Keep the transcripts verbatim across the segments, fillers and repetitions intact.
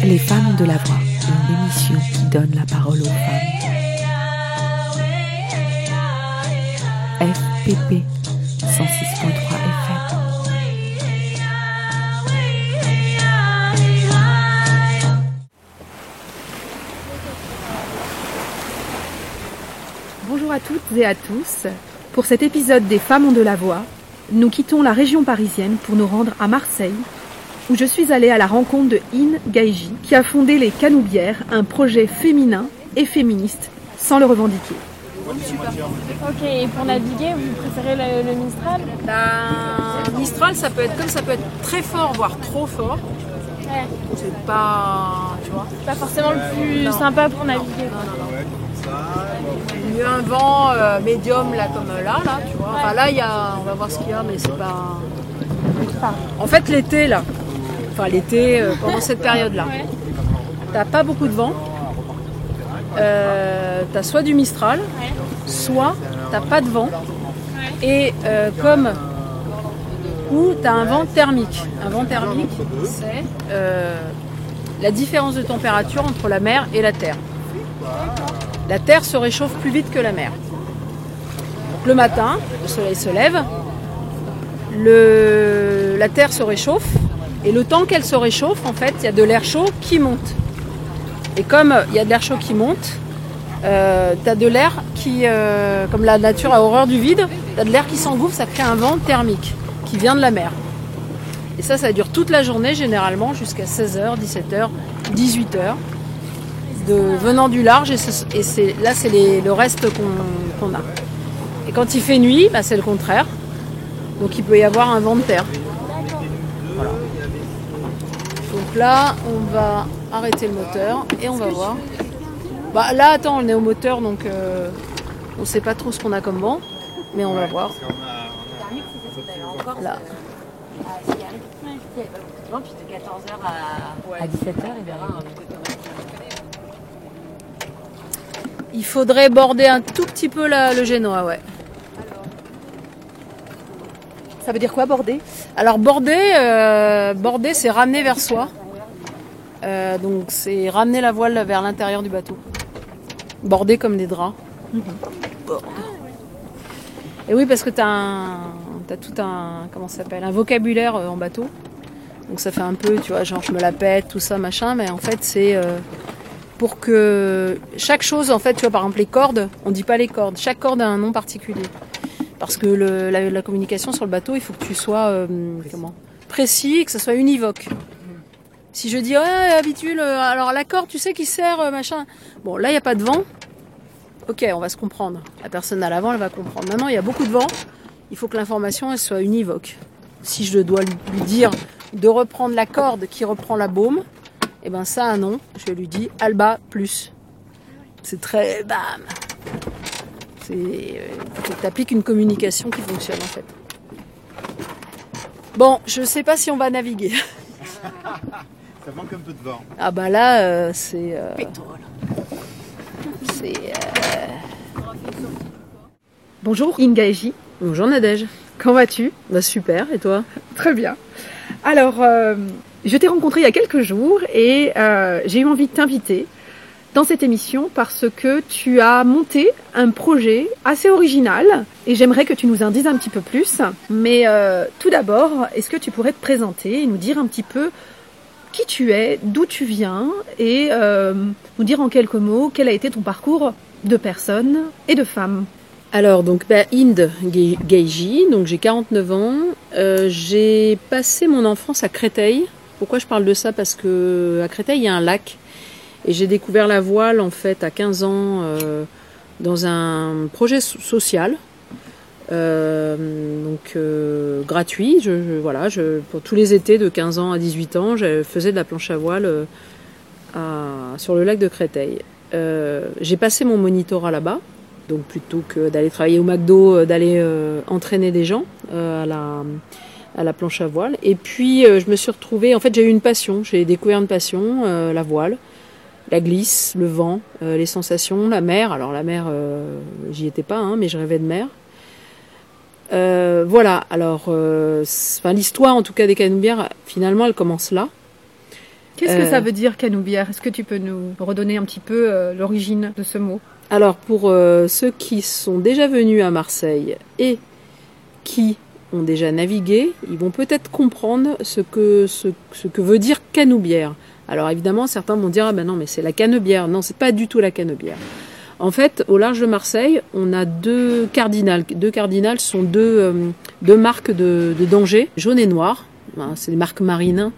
Les femmes de la voix, une émission qui donne la parole aux femmes. F P P cent six point trois F M. Bonjour à toutes et à tous. Pour cet épisode des Femmes ont de la voix, nous quittons la région parisienne pour nous rendre à Marseille, où je suis allée à la rencontre de Inde Gaiji, qui a fondé les Canoubières, un projet féminin et féministe, sans le revendiquer. Super. Ok, et pour naviguer, vous préférez le, le Mistral ? Ben, Mistral, ça peut être comme ça peut être très fort, voire trop fort. Ouais. C'est pas, tu vois. C'est pas forcément le plus non. sympa pour naviguer. Non, non, non. Il y a un vent euh, médium là comme là, là, tu vois. Enfin là, il y a, on va voir ce qu'il y a, mais c'est pas. En fait, l'été là, enfin l'été euh, pendant cette période-là, ouais. T'as pas beaucoup de vent. Euh, t'as soit du Mistral, ouais. soit t'as pas de vent. Ouais. Et euh, comme ou t'as un vent thermique. Un vent thermique, c'est euh, la différence de température entre la mer et la terre. La terre se réchauffe plus vite que la mer. Donc, le matin, le soleil se lève, le, la terre se réchauffe, et le temps qu'elle se réchauffe, en fait, il y a de l'air chaud qui monte. Et comme il y a de l'air chaud qui monte, euh, tu as de l'air qui, euh, comme la nature a horreur du vide, tu as de l'air qui s'engouffre, ça crée un vent thermique qui vient de la mer. Et ça, ça dure toute la journée, généralement, jusqu'à seize heures, dix-sept heures, dix-huit heures. De, venant du large, et, c'est, et c'est, là c'est les, le reste qu'on, qu'on a. Et quand il fait nuit, bah, c'est le contraire. Donc il peut y avoir un vent de terre. Voilà. Donc là, on va arrêter le moteur et on va voir. Bah, là, attends, on est au moteur, donc euh, on ne sait pas trop ce qu'on a comme vent, mais on va voir. Là. Puis de quatorze heures à dix-sept heures, il verra. Il faudrait border un tout petit peu la, le génois, ouais. Ça veut dire quoi, border ? Alors border, euh, border, c'est ramener vers soi. Euh, donc c'est ramener la voile vers l'intérieur du bateau. Border comme des draps. Mm-hmm. Borde. Et oui, parce que t'as un, t'as tout un, comment ça s'appelle, un vocabulaire en bateau. Donc ça fait un peu, tu vois, genre je me la pète, tout ça, machin. Mais en fait, c'est euh, pour que chaque chose, en fait, tu vois, par exemple les cordes, on dit pas les cordes. Chaque corde a un nom particulier. Parce que le, la, la communication sur le bateau, il faut que tu sois euh, comment, précis et que ça soit univoque. Si je dis, ouais, habitude, alors la corde, tu sais qui sert, machin. Bon, là, il n'y a pas de vent. Ok, on va se comprendre. La personne à l'avant, elle va comprendre. Maintenant, il y a beaucoup de vent. Il faut que l'information, elle soit univoque. Si je dois lui, lui dire de reprendre la corde qui reprend la baume, eh ben ça a un nom. Je lui dis Alba plus. C'est très bam. C'est, il faut que tu appliques une communication qui fonctionne en fait. Bon, je sais pas si on va naviguer. Ça manque un peu de vent. Ah bah là, euh, c'est... Euh, pétrole. C'est... Euh... Bonjour Inde Gaiji. Bonjour Nadège. Comment vas-tu ? Bah super, et toi ? Très bien. Alors, euh, je t'ai rencontré il y a quelques jours et euh, j'ai eu envie de t'inviter dans cette émission parce que tu as monté un projet assez original et j'aimerais que tu nous en dises un petit peu plus. Mais euh, tout d'abord, est-ce que tu pourrais te présenter et nous dire un petit peu qui tu es, d'où tu viens et euh, nous dire en quelques mots quel a été ton parcours de personne et de femme. Alors, donc, bah, Inde Gaiji, donc j'ai quarante-neuf ans. Euh, j'ai passé mon enfance à Créteil. Pourquoi je parle de ça ? Parce que à Créteil, il y a un lac. Et j'ai découvert la voile, en fait, à quinze ans, euh, dans un projet social. Euh, donc, euh, gratuit. Je, je, voilà, je, pour tous les étés, de quinze ans à dix-huit ans, je faisais de la planche à voile euh, à, sur le lac de Créteil. Euh, j'ai passé mon monitorat là-bas. Donc plutôt que d'aller travailler au McDo, d'aller euh, entraîner des gens euh, à, la, à la planche à voile. Et puis euh, je me suis retrouvée, en fait j'ai eu une passion, j'ai découvert une passion, euh, la voile, la glisse, le vent, euh, les sensations, la mer. Alors la mer, euh, j'y étais pas, hein, mais je rêvais de mer. Euh, voilà, alors euh, enfin, l'histoire en tout cas des Canoubières, finalement elle commence là. Qu'est-ce que Euh, ça veut dire canoubière? Est-ce que tu peux nous redonner un petit peu euh, l'origine de ce mot? Alors pour euh, ceux qui sont déjà venus à Marseille et qui ont déjà navigué, ils vont peut-être comprendre ce que, ce, ce que veut dire canoubière. Alors évidemment, certains vont dire « Ah ben non, mais c'est la canebière ». Non, c'est pas du tout la canebière. En fait, au large de Marseille, on a deux cardinals. Deux cardinals sont deux, euh, deux marques de, de danger, jaune et noir. Hein, c'est des marques marines.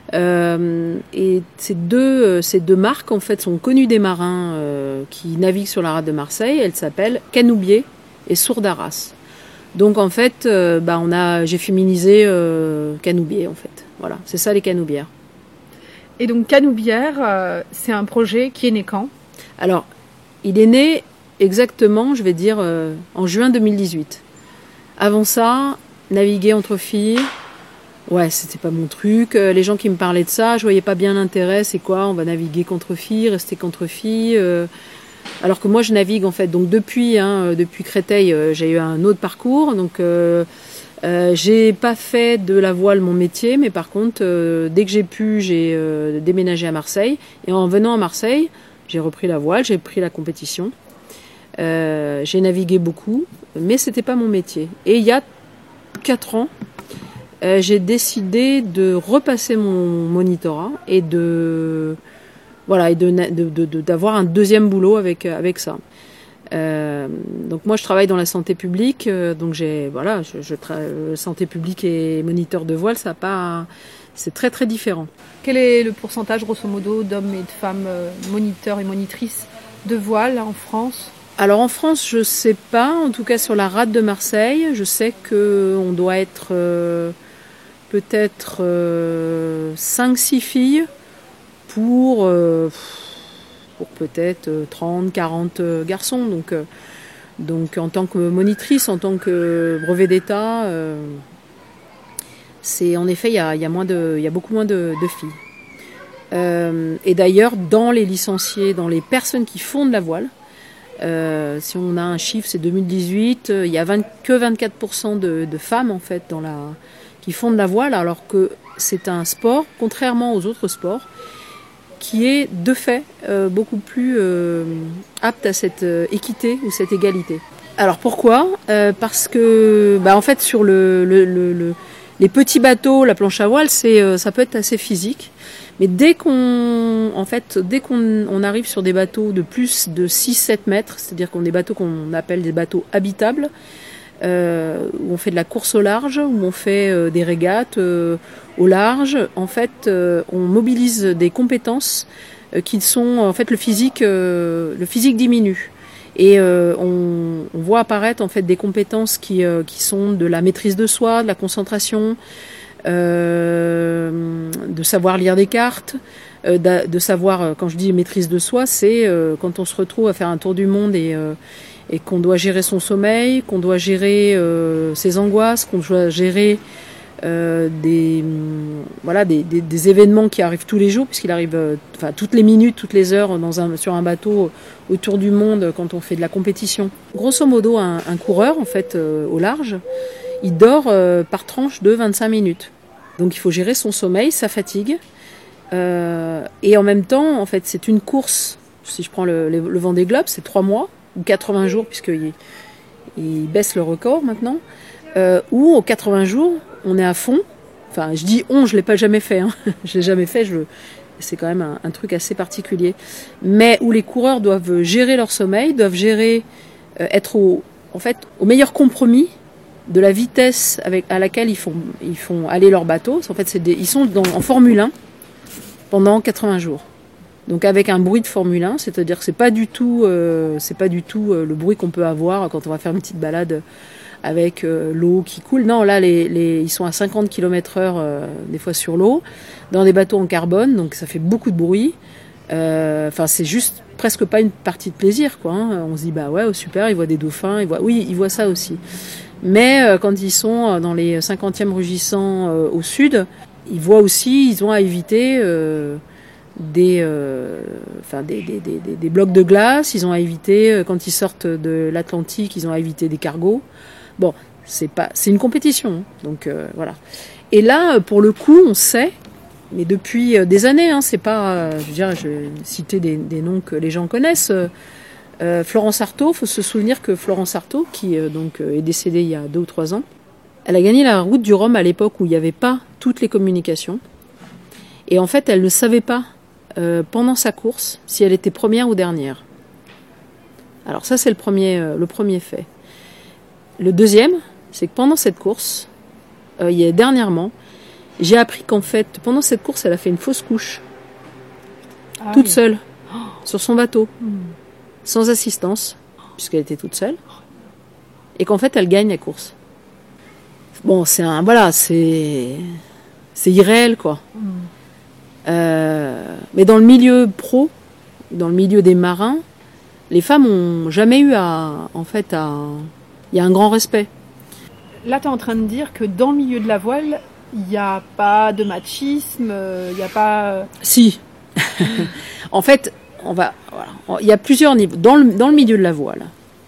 Euh, et ces deux, ces deux marques, en fait, sont connues des marins euh, qui naviguent sur la rade de Marseille. Elles s'appellent Canoubier et Sourdarras. Donc, en fait, euh, bah, on a, j'ai féminisé euh, Canoubier, en fait. Voilà, c'est ça les canoubières. Et donc canoubière, euh, c'est un projet qui est né quand? Alors, il est né exactement, je vais dire, euh, en juin deux mille dix-huit. Avant ça, naviguer entre filles, ouais, c'était pas mon truc. Euh, les gens qui me parlaient de ça, je voyais pas bien l'intérêt. C'est quoi? On va naviguer contre filles, rester contre filles. Euh, alors que moi, je navigue en fait. Donc depuis, hein, depuis Créteil, euh, j'ai eu un autre parcours. Donc euh, euh, j'ai pas fait de la voile mon métier, mais par contre, euh, dès que j'ai pu, j'ai euh, déménagé à Marseille. Et en venant à Marseille, j'ai repris la voile, j'ai pris la compétition. Euh, j'ai navigué beaucoup, mais c'était pas mon métier. Et il y a quatre ans, euh, j'ai décidé de repasser mon monitorat et de voilà et de, de, de, de d'avoir un deuxième boulot avec avec ça. Euh, donc moi je travaille dans la santé publique, euh, donc j'ai voilà je, je tra- santé publique et moniteur de voile, ça a pas c'est très très différent. Quel est le pourcentage, grosso modo, d'hommes et de femmes euh, moniteurs et monitrices de voile en France? Alors en France, je sais pas. En tout cas, sur la rade de Marseille, je sais que on doit être euh, peut-être euh, cinq six filles pour euh, pour peut-être trente quarante garçons. Donc euh, donc en tant que monitrice, en tant que brevet d'État, euh, c'est en effet il y a il y a moins de il y a beaucoup moins de, de filles. Euh, et d'ailleurs, dans les licenciés, dans les personnes qui font de la voile. Euh, si on a un chiffre, c'est deux mille dix-huit, euh, il y a vingt, que vingt-quatre pour cent de, de femmes en fait dans la, qui font de la voile, alors que c'est un sport, contrairement aux autres sports, qui est de fait euh, beaucoup plus euh, apte à cette euh, équité ou cette égalité. Alors pourquoi? euh, Parce que bah, en fait sur le, le, le, le, les petits bateaux, la planche à voile, c'est, euh, ça peut être assez physique. Mais dès qu'on, en fait, dès qu'on on arrive sur des bateaux de plus de six sept mètres, c'est-à-dire qu'on a des bateaux qu'on appelle des bateaux habitables, euh, où on fait de la course au large, où on fait euh, des régates euh, au large, en fait, euh, on mobilise des compétences euh, qui sont, en fait, le physique, euh, le physique diminue. Et euh, on, on voit apparaître en fait des compétences qui, euh, qui sont de la maîtrise de soi, de la concentration, Euh, de savoir lire des cartes, euh, de, de savoir, quand je dis maîtrise de soi, c'est euh, quand on se retrouve à faire un tour du monde et, euh, et qu'on doit gérer son sommeil, qu'on doit gérer euh, ses angoisses, qu'on doit gérer euh, des, voilà, des, des, des événements qui arrivent tous les jours, puisqu'il arrive euh, enfin, toutes les minutes, toutes les heures dans un, sur un bateau autour du monde quand on fait de la compétition. Grosso modo, un, un coureur, en fait, euh, au large, il dort euh, par tranche de vingt-cinq minutes. Donc il faut gérer son sommeil, sa fatigue. Euh, et en même temps, en fait, c'est une course. Si je prends le, le, le Vendée Globe, c'est trois mois ou quatre-vingts jours, puisqu'il il baisse le record maintenant. Euh, où aux quatre-vingts jours, on est à fond. Enfin, je dis on, je l'ai pas jamais fait. Hein. Je l'ai jamais fait. Je, c'est quand même un, un truc assez particulier. Mais où les coureurs doivent gérer leur sommeil, doivent gérer, euh, être au, en fait, au meilleur compromis de la vitesse avec, à laquelle ils font, ils font aller leur bateau. En fait, c'est des, ils sont dans, en Formule un pendant quatre-vingts jours. Donc avec un bruit de Formule un, c'est-à-dire que c'est pas du tout, euh, c'est pas du tout euh, le bruit qu'on peut avoir quand on va faire une petite balade avec euh, l'eau qui coule. Non, là, les, les, ils sont à cinquante kilomètres heure euh, des fois sur l'eau, dans des bateaux en carbone, donc ça fait beaucoup de bruit. Enfin, euh, c'est juste presque pas une partie de plaisir, quoi. Hein. On se dit bah ouais, oh, super, ils voient des dauphins, ils voient, oui, ils voient ça aussi. Mais euh, quand ils sont dans les cinquantièmes rugissants euh, au sud, ils voient aussi, ils ont à éviter euh, des, euh, enfin des, des, des, des blocs de glace, ils ont à éviter, euh, quand ils sortent de l'Atlantique, ils ont à éviter des cargos. Bon, c'est pas, c'est une compétition, donc euh, voilà. Et là, pour le coup, on sait mais depuis des années, hein, c'est pas, je veux dire, je vais citer des, des noms que les gens connaissent. Euh, Florence Artaud, faut se souvenir que Florence Artaud, qui euh, donc euh, est décédée il y a deux ou trois ans, elle a gagné la route du Rhum à l'époque où il n'y avait pas toutes les communications. Et en fait, elle ne savait pas euh, pendant sa course si elle était première ou dernière. Alors ça, c'est le premier, euh, le premier fait. Le deuxième, c'est que pendant cette course, euh, il y a dernièrement, j'ai appris qu'en fait, pendant cette course, elle a fait une fausse couche, ah, toute oui. seule, oh. sur son bateau, mmh. sans assistance, puisqu'elle était toute seule, et qu'en fait, elle gagne la course. Bon, c'est un, voilà, c'est, c'est irréel, quoi. Mmh. Euh, mais dans le milieu pro, dans le milieu des marins, les femmes ont jamais eu à, en fait, à, il y a un grand respect. Là, tu es en train de dire que dans le milieu de la voile, il n'y a pas de machisme, il n'y a pas... Si. En fait, on va, voilà, il y a plusieurs niveaux. Dans le, dans le milieu de la voile,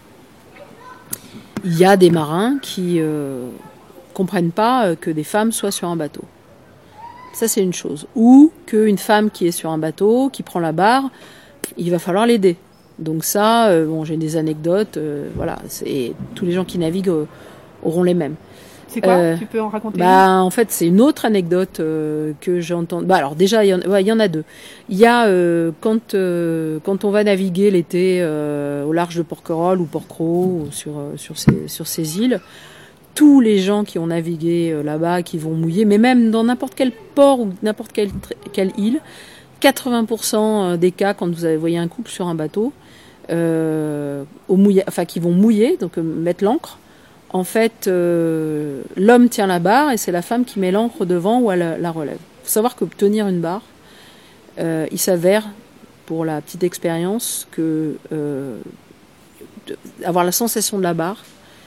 il y a des marins qui euh, comprennent pas que des femmes soient sur un bateau. Ça, c'est une chose. Ou qu'une femme qui est sur un bateau, qui prend la barre, il va falloir l'aider. Donc ça, euh, bon, j'ai des anecdotes, euh, voilà, c'est, tous les gens qui naviguent euh, auront les mêmes. C'est quoi euh, Tu peux en raconter bah, une En fait, c'est une autre anecdote euh, que j'entends. Bah, alors déjà, il y, ouais, y en a deux. Il y a euh, quand euh, quand on va naviguer l'été euh, au large de Porquerolles ou Porquerolles ou sur euh, sur ces sur ces îles, tous les gens qui ont navigué euh, là-bas, qui vont mouiller, mais même dans n'importe quel port ou n'importe quelle quelle île, quatre-vingts pour cent des cas quand vous avez voyé un couple sur un bateau, euh, au mouilla, enfin qui vont mouiller, donc euh, mettre l'ancre. En fait, euh, l'homme tient la barre et c'est la femme qui met l'ancre devant ou elle la, la relève. Il faut savoir que tenir une barre, euh, il s'avère, pour la petite expérience, que euh, de, avoir la sensation de la barre,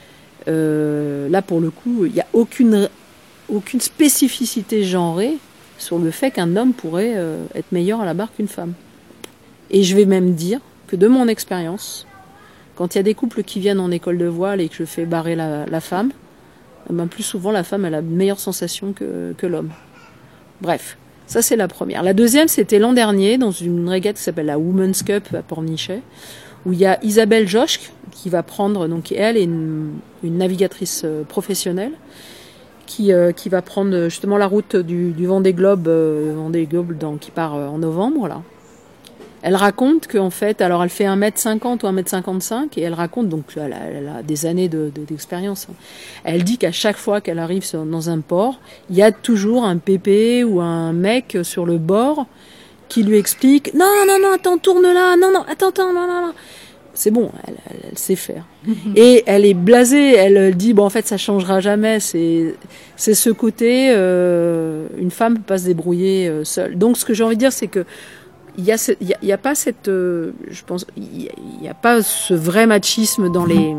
euh, là pour le coup, il n'y a aucune, aucune spécificité genrée sur le fait qu'un homme pourrait euh, être meilleur à la barre qu'une femme. Et je vais même dire que de mon expérience, quand il y a des couples qui viennent en école de voile et que je fais barrer la, la femme, ben plus souvent la femme elle a une meilleure sensation que, que l'homme. Bref, ça c'est la première. La deuxième, c'était l'an dernier dans une régate qui s'appelle la Women's Cup à Pornichet, où il y a Isabelle Joschk qui va prendre, donc elle est une, une navigatrice professionnelle, qui, euh, qui va prendre justement la route du, du Vendée Globe, euh, Vendée Globe dans, qui part euh, en novembre là. Elle raconte qu'en fait, alors elle fait un mètre cinquante ou un mètre cinquante-cinq et elle raconte, donc elle a, elle a des années de, de, d'expérience. Elle dit qu'à chaque fois qu'elle arrive sur, dans un port, il y a toujours un pépé ou un mec sur le bord qui lui explique « Non, non, non, attends, tourne là, non, non, attends, attends, non, non, non. » C'est bon, elle, elle, elle sait faire. Et elle est blasée, elle dit « Bon, en fait, ça changera jamais. » C'est, c'est ce côté, euh, une femme peut pas se débrouiller euh, seule. Donc, ce que j'ai envie de dire, c'est que il y a, il y a, il y a pas cette, euh, je pense, il y, a, il y a pas ce vrai machisme dans les,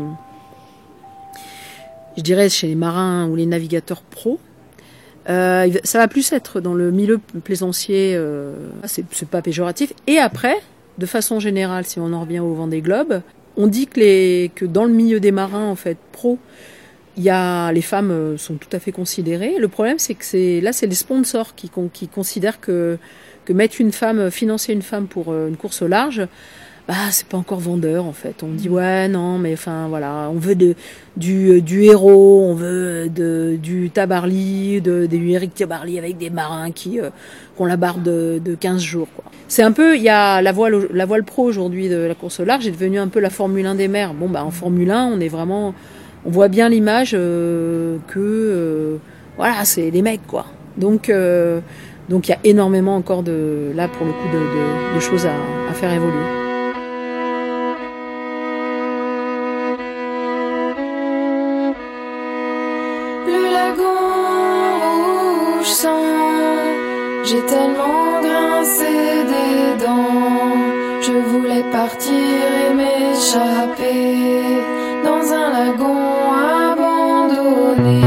je dirais chez les marins ou les navigateurs pros. Euh, ça va plus être dans le milieu plaisancier, euh, c'est, c'est pas péjoratif. Et après, de façon générale, si on en revient au Vendée Globe, on dit que les, que dans le milieu des marins en fait pros, il y a, les femmes sont tout à fait considérées. Le problème, c'est que c'est, là, c'est les sponsors qui, qui considèrent que que mettre une femme, financer une femme pour une course au large, bah c'est pas encore vendeur en fait. On dit ouais non mais enfin voilà, on veut de du du héros, on veut de du Tabarly, de du Éric Tabarly avec des marins qui euh, ont la barre de de quinze jours quoi. C'est un peu, il y a la voile la voile pro aujourd'hui de la course au large est devenue un peu la Formule un des mers. Bon bah en Formule un, on est vraiment, on voit bien l'image euh, que euh, voilà, c'est les mecs quoi. Donc euh, Donc il y a énormément encore de, là pour le coup, de, de, de choses à, à faire évoluer. Le lagon rouge sang, j'ai tellement grincé des dents, je voulais partir et m'échapper dans un lagon abandonné.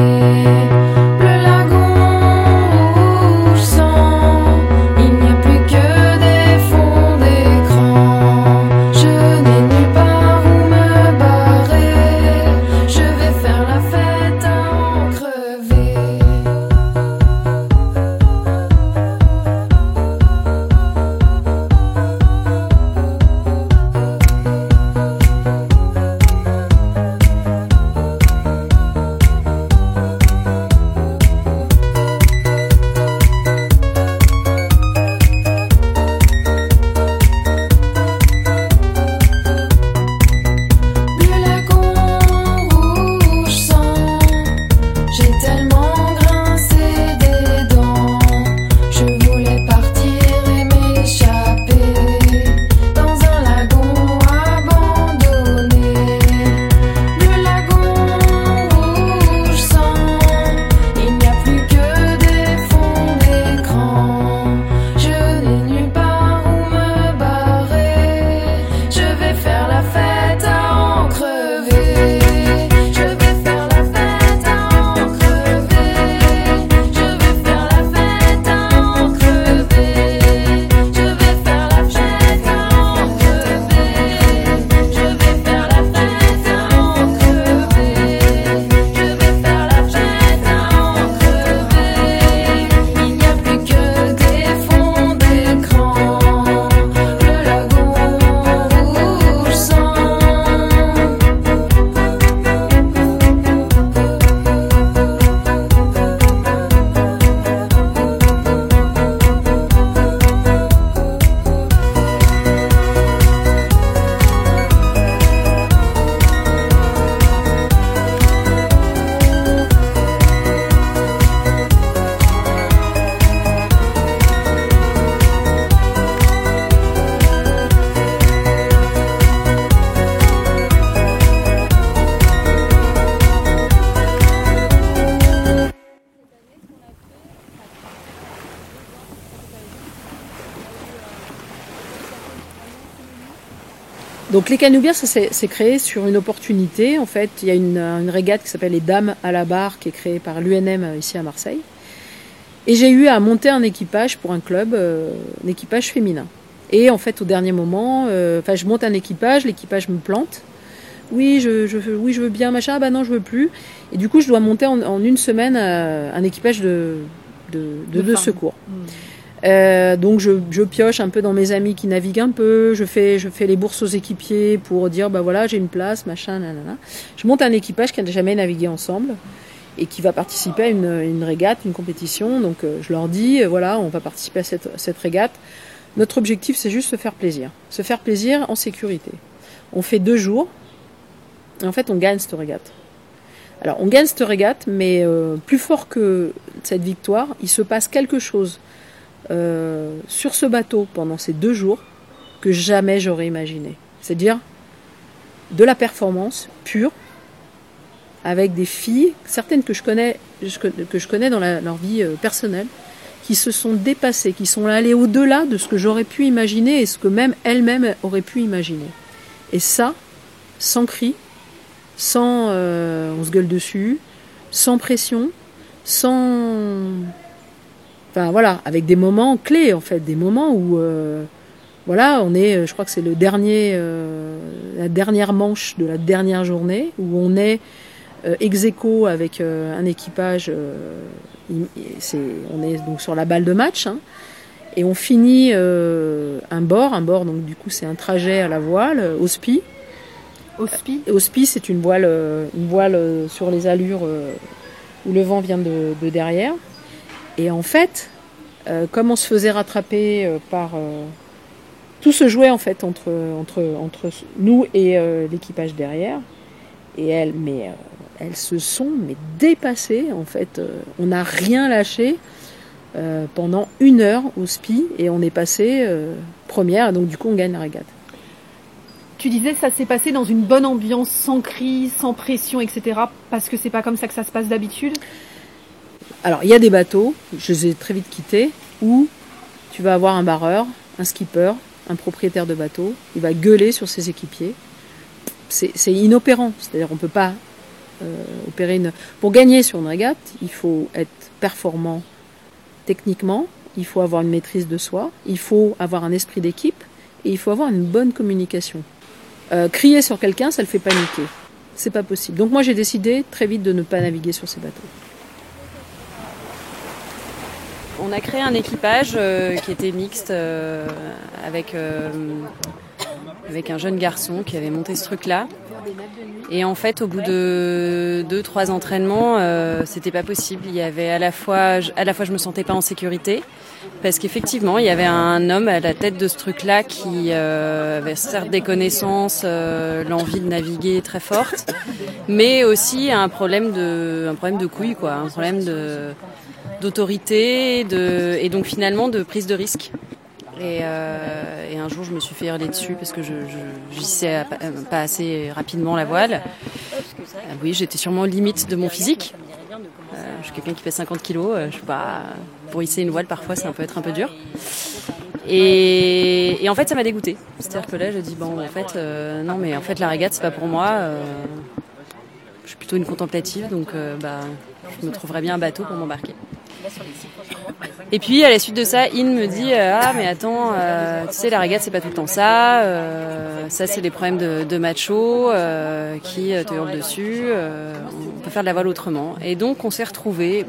Donc les Canubières, ça s'est, c'est créé sur une opportunité. En fait, il y a une, une régate qui s'appelle les Dames à la barre, qui est créée par l'U N M ici à Marseille. Et j'ai eu à monter un équipage pour un club, euh, un équipage féminin. Et en fait, au dernier moment, euh, enfin, je monte un équipage, l'équipage me plante. Oui, je, je, oui, je veux bien, machin. Ah bah non, je veux plus. Et du coup, je dois monter en, en une semaine euh, un équipage de, de, de, de, de secours. Mmh. Euh, donc je, je pioche un peu dans mes amis qui naviguent un peu, je fais, je fais les bourses aux équipiers pour dire bah voilà j'ai une place, machin, nanana. Je monte un équipage qui n'a jamais navigué ensemble et qui va participer à une, une régate, une compétition. Donc euh, je leur dis euh, voilà on va participer à cette, cette régate. Notre objectif c'est juste se faire plaisir, se faire plaisir en sécurité. On fait deux jours et en fait on gagne cette régate. Alors on gagne cette régate, mais euh, plus fort que cette victoire, il se passe quelque chose. Euh, sur ce bateau pendant ces deux jours que jamais j'aurais imaginé. C'est-à-dire de la performance pure avec des filles, certaines que je connais, que je connais dans la, leur vie euh, personnelle, qui se sont dépassées, qui sont allées au-delà de ce que j'aurais pu imaginer et ce que même elles-mêmes auraient pu imaginer. Et ça, sans cri, sans euh, on se gueule dessus, sans pression, sans... Enfin voilà, avec des moments clés en fait, des moments où euh, voilà, on est, je crois que c'est le dernier, euh, la dernière manche de la dernière journée où on est euh, ex aequo avec euh, un équipage, euh, c'est, on est donc sur la balle de match hein, et on finit euh, un bord, un bord donc du coup c'est un trajet à la voile, au spi. Au spi. Au spi c'est une voile, une voile sur les allures euh, où le vent vient de, de derrière. Et en fait, euh, comme on se faisait rattraper euh, par... Euh, tout se jouait en fait entre, entre, entre nous et euh, l'équipage derrière. Et elles, mais, euh, elles se sont mais, dépassées. En fait, euh, on n'a rien lâché euh, pendant une heure au spi. Et on est passé euh, première. Donc du coup, on gagne la régate. Tu disais que ça s'est passé dans une bonne ambiance, sans crise, sans pression, et cetera. Parce que c'est pas comme ça que ça se passe d'habitude. Alors, il y a des bateaux, je les ai très vite quittés, où tu vas avoir un barreur, un skipper, un propriétaire de bateau, il va gueuler sur ses équipiers. C'est, c'est inopérant, c'est-à-dire on ne peut pas euh, opérer une... Pour gagner sur une régate, il faut être performant techniquement, il faut avoir une maîtrise de soi, il faut avoir un esprit d'équipe et il faut avoir une bonne communication. Euh, crier sur quelqu'un, ça le fait paniquer. C'est pas possible. Donc moi j'ai décidé très vite de ne pas naviguer sur ces bateaux. On a créé un équipage euh, qui était mixte euh, avec, euh, avec un jeune garçon qui avait monté ce truc-là. Et en fait, au bout de deux, trois entraînements, euh, c'était pas possible. Il y avait à la fois, à la fois, je me sentais pas en sécurité parce qu'effectivement, il y avait un homme à la tête de ce truc-là qui euh, avait certes des connaissances, euh, l'envie de naviguer très forte, mais aussi un problème de, un problème de couilles, quoi, un problème de d'autorité de, et donc finalement de prise de risque. Et, euh, et un jour, je me suis fait hurler dessus parce que je, je j'hissais pas assez rapidement la voile. Euh, oui, j'étais sûrement limite de mon physique. Euh, je suis quelqu'un qui fait cinquante kilos. Je sais pas, pour hisser une voile, parfois, ça peut être un peu dur. Et, et en fait, ça m'a dégoûtée. C'est-à-dire que là, je dis bon, en fait, euh, non, mais en fait, la régate, c'est pas pour moi. Euh, je suis plutôt une contemplative, donc euh, bah, je me trouverais bien un bateau pour m'embarquer. Et puis à la suite de ça, In me dit euh, ah mais attends, euh, tu sais la régate c'est pas tout le temps ça, euh, ça c'est des problèmes de, de machos euh, qui te hurlent dessus, euh, on peut faire de la voile autrement. Et donc on s'est retrouvés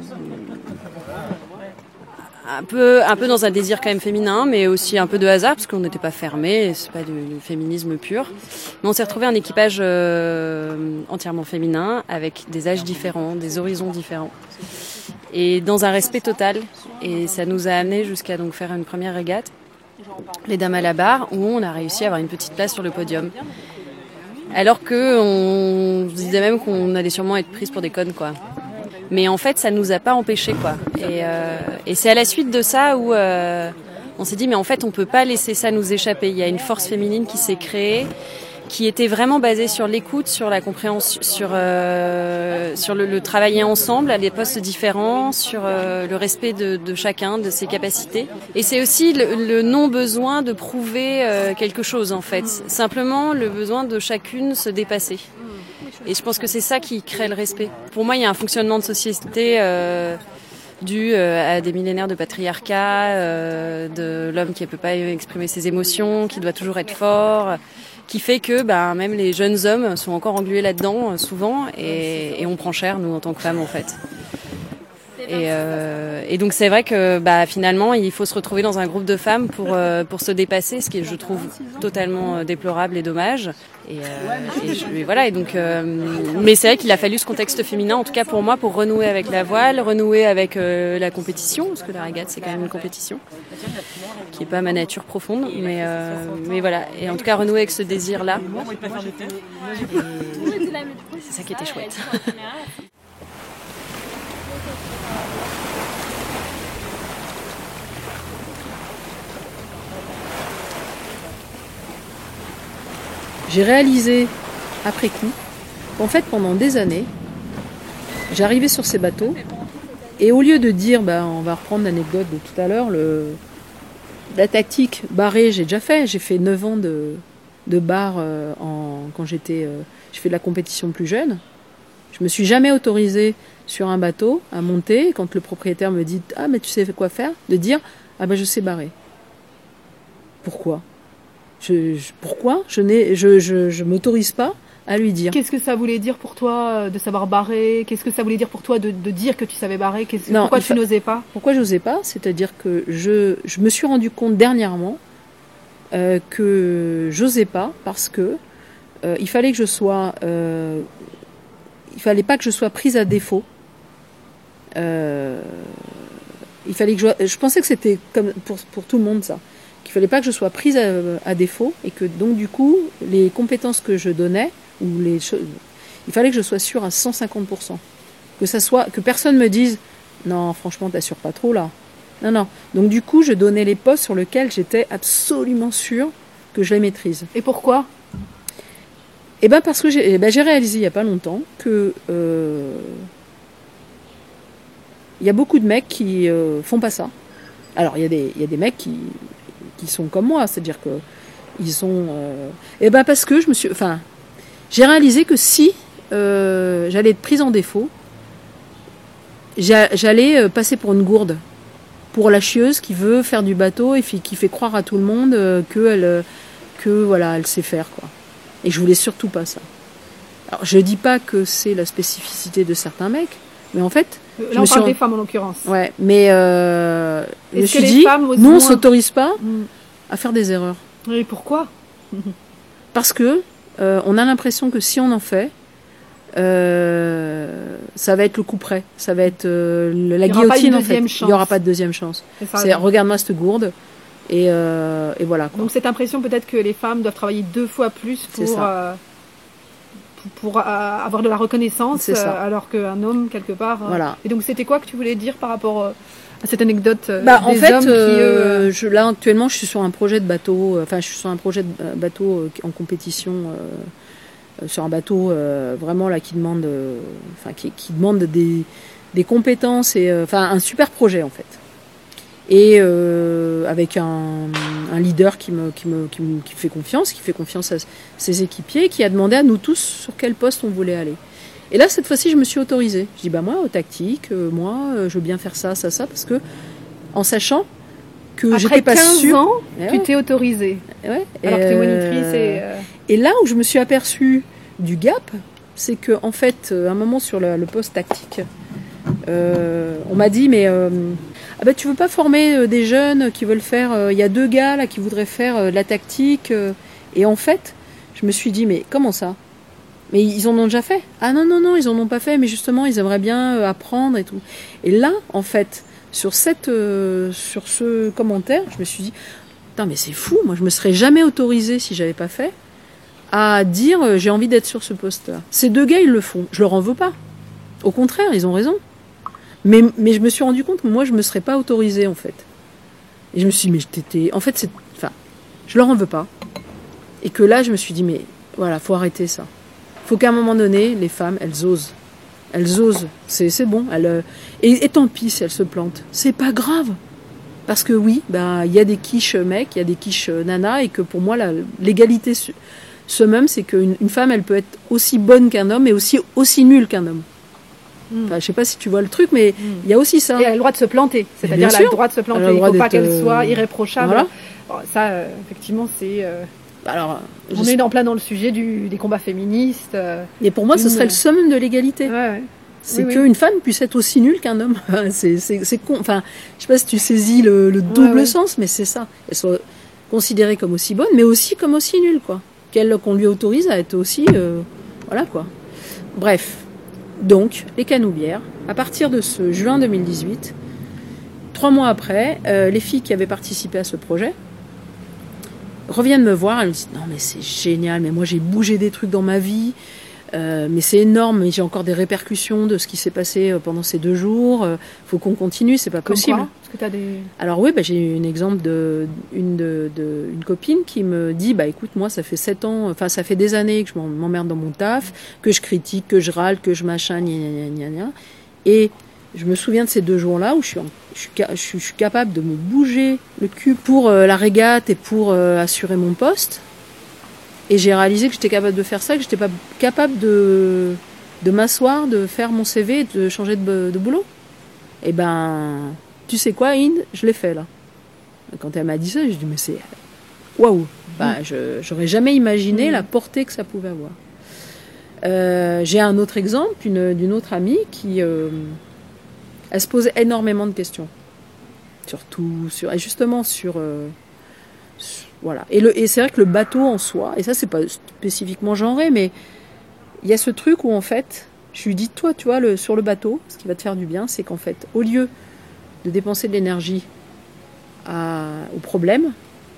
un peu, un peu dans un désir quand même féminin, mais aussi un peu de hasard parce qu'on n'était pas fermés, c'est pas du, du féminisme pur. Mais on s'est retrouvés un équipage euh, entièrement féminin avec des âges différents, des horizons différents. Et dans un respect total, et ça nous a amené jusqu'à donc faire une première régate, les dames à la barre, où on a réussi à avoir une petite place sur le podium. Alors que on se disait même qu'on allait sûrement être prise pour des connes, quoi. Mais en fait, ça nous a pas empêchés, quoi. Et, euh, et c'est à la suite de ça où euh, on s'est dit, mais en fait, on peut pas laisser ça nous échapper. Il y a une force féminine qui s'est créée, qui était vraiment basé sur l'écoute, sur la compréhension, sur euh, sur le, le travailler ensemble à des postes différents, sur euh, le respect de, de chacun, de ses capacités. Et c'est aussi le, le non-besoin de prouver euh, quelque chose en fait, simplement le besoin de chacune se dépasser. Et je pense que c'est ça qui crée le respect. Pour moi, il y a un fonctionnement de société euh, dû euh, à des millénaires de patriarcat, euh, de l'homme qui ne peut pas exprimer ses émotions, qui doit toujours être fort, qui fait que bah, même les jeunes hommes sont encore englués là-dedans souvent et, et on prend cher, nous, en tant que femmes, en fait. Et, euh, et donc c'est vrai que bah, finalement il faut se retrouver dans un groupe de femmes pour, euh, pour se dépasser, ce qui est, je trouve, totalement déplorable et dommage. Et, euh, et, je, et voilà. Et donc, euh, mais c'est vrai qu'il a fallu ce contexte féminin, en tout cas pour moi, pour renouer avec la voile, renouer avec euh, la compétition, parce que la régate c'est quand même une compétition qui n'est pas ma nature profonde, mais, euh, mais voilà. Et en tout cas renouer avec ce désir-là. C'est ça qui était chouette. J'ai réalisé, après coup, qu'en fait, pendant des années, j'arrivais sur ces bateaux, et au lieu de dire, bah, on va reprendre l'anecdote de tout à l'heure, le, la tactique barrée, j'ai déjà fait. J'ai fait neuf ans de, de bar euh, en, quand j'étais, euh, je fais de la compétition plus jeune. Je me suis jamais autorisée sur un bateau à monter, quand le propriétaire me dit, ah, mais tu sais quoi faire, de dire, ah, ben, je sais barrer. Pourquoi ? Je, je, pourquoi je n'ai, je, je, je m'autorise pas à lui dire. Qu'est-ce que ça voulait dire pour toi de savoir barrer ? Qu'est-ce que ça voulait dire pour toi de, de dire que tu savais barrer ? Qu'est-ce, non, Pourquoi tu fa... n'osais pas ? Pourquoi j'osais pas ? C'est-à-dire que je, je me suis rendu compte dernièrement euh, que j'osais pas parce que euh, il fallait que je sois, euh, il fallait pas que je sois prise à défaut. Euh, il fallait que je, je pensais que c'était comme pour pour tout le monde ça. Il fallait pas que je sois prise à, à défaut et que donc du coup les compétences que je donnais ou les choses, il fallait que je sois sûre à cent cinquante pour cent, que ça soit que personne me dise non franchement t'assures pas trop là, non non, donc du coup je donnais les postes sur lesquels j'étais absolument sûre que je les maîtrise. Et pourquoi ? Eh ben parce que j'ai, eh ben j'ai réalisé il y a pas longtemps que euh, il y a beaucoup de mecs qui euh, font pas ça. Alors il y a des il y a des mecs qui qui sont comme moi, c'est-à-dire que ils sont. Euh... Et ben parce que je me suis, enfin, j'ai réalisé que si euh, j'allais être prise en défaut, j'allais passer pour une gourde, pour la chieuse qui veut faire du bateau et qui fait croire à tout le monde euh, que elle, que voilà, elle sait faire quoi. Et je voulais surtout pas ça. Alors je dis pas que c'est la spécificité de certains mecs, mais en fait. Là, on parle des femmes en l'occurrence. Ouais, mais euh, je me suis dit, nous, on ne s'autorise pas mmh. à faire des erreurs. Et pourquoi ? Parce que euh, on a l'impression que si on en fait, euh, ça va être le coup près. Ça va être euh, la guillotine, en fait. Il n'y aura pas de deuxième chance. C'est ça, c'est, regarde-moi cette gourde. Et, euh, et voilà. Quoi. Donc, cette impression peut-être que les femmes doivent travailler deux fois plus pour... pour euh, avoir de la reconnaissance, euh, alors qu'un homme, quelque part... Euh... Voilà. Et donc, c'était quoi que tu voulais dire par rapport euh, à cette anecdote euh, bah, des en fait, hommes qui... Euh, je, là, actuellement, je suis sur un projet de bateau, enfin, euh, je suis sur un projet de bateau euh, en compétition, euh, sur un bateau euh, vraiment, là, qui demande, enfin, euh, qui, qui demande des, des compétences, et enfin, euh, un super projet, en fait. Et euh, avec un, un leader qui me, qui, me, qui me qui fait confiance, qui fait confiance à ses équipiers, qui a demandé à nous tous sur quel poste on voulait aller. Et là, cette fois-ci, je me suis autorisée. Je dis, bah moi, au tactique, euh, moi, euh, je veux bien faire ça, ça, ça, parce que, en sachant que après j'étais pas sûre... ans, eh tu ouais. t'es autorisée. Ouais. Alors et que t'es monitrice et... Euh... Et là où je me suis aperçue du gap, c'est que en fait, à un moment sur le, le poste tactique, euh, on m'a dit, mais... Euh, ah bah, tu veux pas former euh, des jeunes qui veulent faire... Il euh, y a deux gars là qui voudraient faire euh, de la tactique. Euh, et en fait, je me suis dit, mais comment ça ? Mais ils en ont déjà fait ? Ah non, non, non, ils en ont pas fait, mais justement, ils aimeraient bien euh, apprendre et tout. Et là, en fait, sur, cette, euh, sur ce commentaire, je me suis dit, putain, mais c'est fou, moi je me serais jamais autorisée, si j'avais pas fait, à dire, euh, j'ai envie d'être sur ce poste-là. Ces deux gars, ils le font. Je leur en veux pas. Au contraire, ils ont raison. Mais, mais je me suis rendu compte que moi, je me serais pas autorisée, en fait. Et je me suis dit, mais t'étais... En fait, c'est... Enfin, je leur en veux pas. Et que là, je me suis dit, mais Voilà, faut arrêter ça. Faut qu'à un moment donné, les femmes, elles osent. Elles osent. C'est, c'est bon. Elles, euh, et, et tant pis si elles se plantent. C'est pas grave. Parce que oui, bah, il y a des quiches mecs, il y a des quiches nanas, et que pour moi, la, l'égalité summum, c'est qu'une une femme, elle peut être aussi bonne qu'un homme et aussi, aussi nulle qu'un homme. Mm. Enfin, je sais pas si tu vois le truc, mais il mm. y a aussi ça. Et elle a le droit de se planter. C'est-à-dire elle a le droit de se planter. Il ne faut pas qu'elle euh... soit irréprochable. Voilà. Bon, ça, euh, effectivement, c'est... Euh... Alors, on est en plein dans le sujet du, des combats féministes. Euh, et pour moi, une... ce serait le summum de l'égalité. Ouais, ouais. C'est oui, qu'une oui. femme puisse être aussi nulle qu'un homme. c'est, c'est, c'est con. Enfin, je sais pas si tu saisis le, le double ouais, ouais. sens, mais c'est ça. Elle soit considérée comme aussi bonne, mais aussi comme aussi nulle, quoi. Qu'elle, qu'on lui autorise à être aussi, euh, voilà, quoi. Bref. Donc, les Canoubières, à partir de ce juin deux mille dix-huit, trois mois après, euh, les filles qui avaient participé à ce projet reviennent me voir, elles me disent « Non mais c'est génial, mais moi j'ai bougé des trucs dans ma vie, euh, mais c'est énorme, mais j'ai encore des répercussions de ce qui s'est passé pendant ces deux jours, euh, faut qu'on continue, c'est pas Comme possible. » Est-ce que t'as des... Alors oui, bah, j'ai un exemple de une, de, de une copine qui me dit « Bah écoute, moi ça fait sept ans, enfin ça fait des années que je m'emmerde dans mon taf, que je critique, que je râle, que je machin, gna gna gna gna, et je me souviens de ces deux jours-là où je suis, en, je, suis, je, suis, je suis capable de me bouger le cul pour euh, la régate et pour euh, assurer mon poste. Et j'ai réalisé que j'étais capable de faire ça, que j'étais pas capable de, de m'asseoir, de faire mon C V et de changer de, de boulot. Et ben, tu sais quoi, Inde, je l'ai fait là. Quand elle m'a dit ça, j'ai dit mais c'est waouh. Bah, je j'aurais jamais imaginé mmh. la portée que ça pouvait avoir. Euh, j'ai un autre exemple une, d'une autre amie qui euh, elle se posait énormément de questions, surtout sur, et justement sur, euh, sur voilà. Et, le, et c'est vrai que le bateau en soi, et ça c'est pas spécifiquement genré, mais il y a ce truc où en fait, je lui dis toi, tu vois, le, sur le bateau, ce qui va te faire du bien, c'est qu'en fait, au lieu de dépenser de l'énergie à, au problème,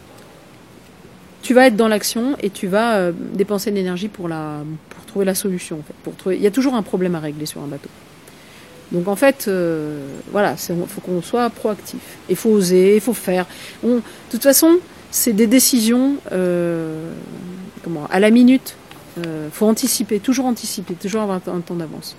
tu vas être dans l'action et tu vas euh, dépenser de l'énergie pour la, pour trouver la solution. En fait, pour trouver, il y a toujours un problème à régler sur un bateau. Donc en fait, euh, voilà, il faut qu'on soit proactif. Il faut oser, il faut faire. On, de toute façon, c'est des décisions euh, comment, à la minute. Il euh, faut anticiper, toujours anticiper, toujours avoir un, un temps d'avance.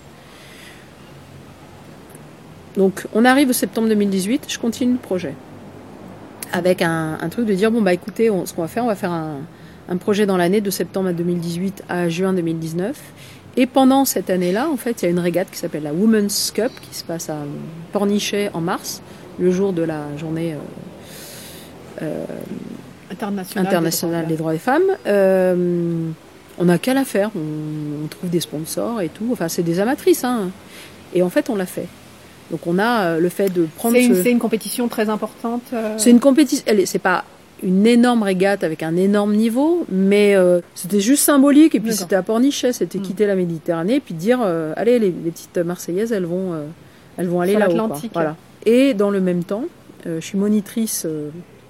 Donc on arrive au septembre deux mille dix-huit, je continue le projet. Avec un, un truc de dire, bon bah écoutez, on, ce qu'on va faire, on va faire un, un projet dans l'année de septembre deux mille dix-huit à juin deux mille dix-neuf. Et pendant cette année-là, en fait, il y a une régate qui s'appelle la Women's Cup, qui se passe à Pornichet en mars, le jour de la journée euh, euh, internationale, internationale des droits des femmes. Des femmes. Euh, on n'a qu'à la faire, on, on trouve des sponsors et tout, enfin c'est des amatrices, hein. Et en fait on l'a fait. Donc on a le fait de prendre... C'est une, ce... c'est une compétition très importante euh... C'est une compétition, elle, c'est pas une énorme régate avec un énorme niveau, mais euh, c'était juste symbolique, et puis D'accord. C'était à Pornichet, c'était mmh. quitter la Méditerranée, et puis dire, euh, allez, les, les petites Marseillaises, elles vont, euh, elles vont aller Sur là-haut. l'Atlantique. Quoi. Voilà. Et dans le même temps, euh, je suis monitrice euh,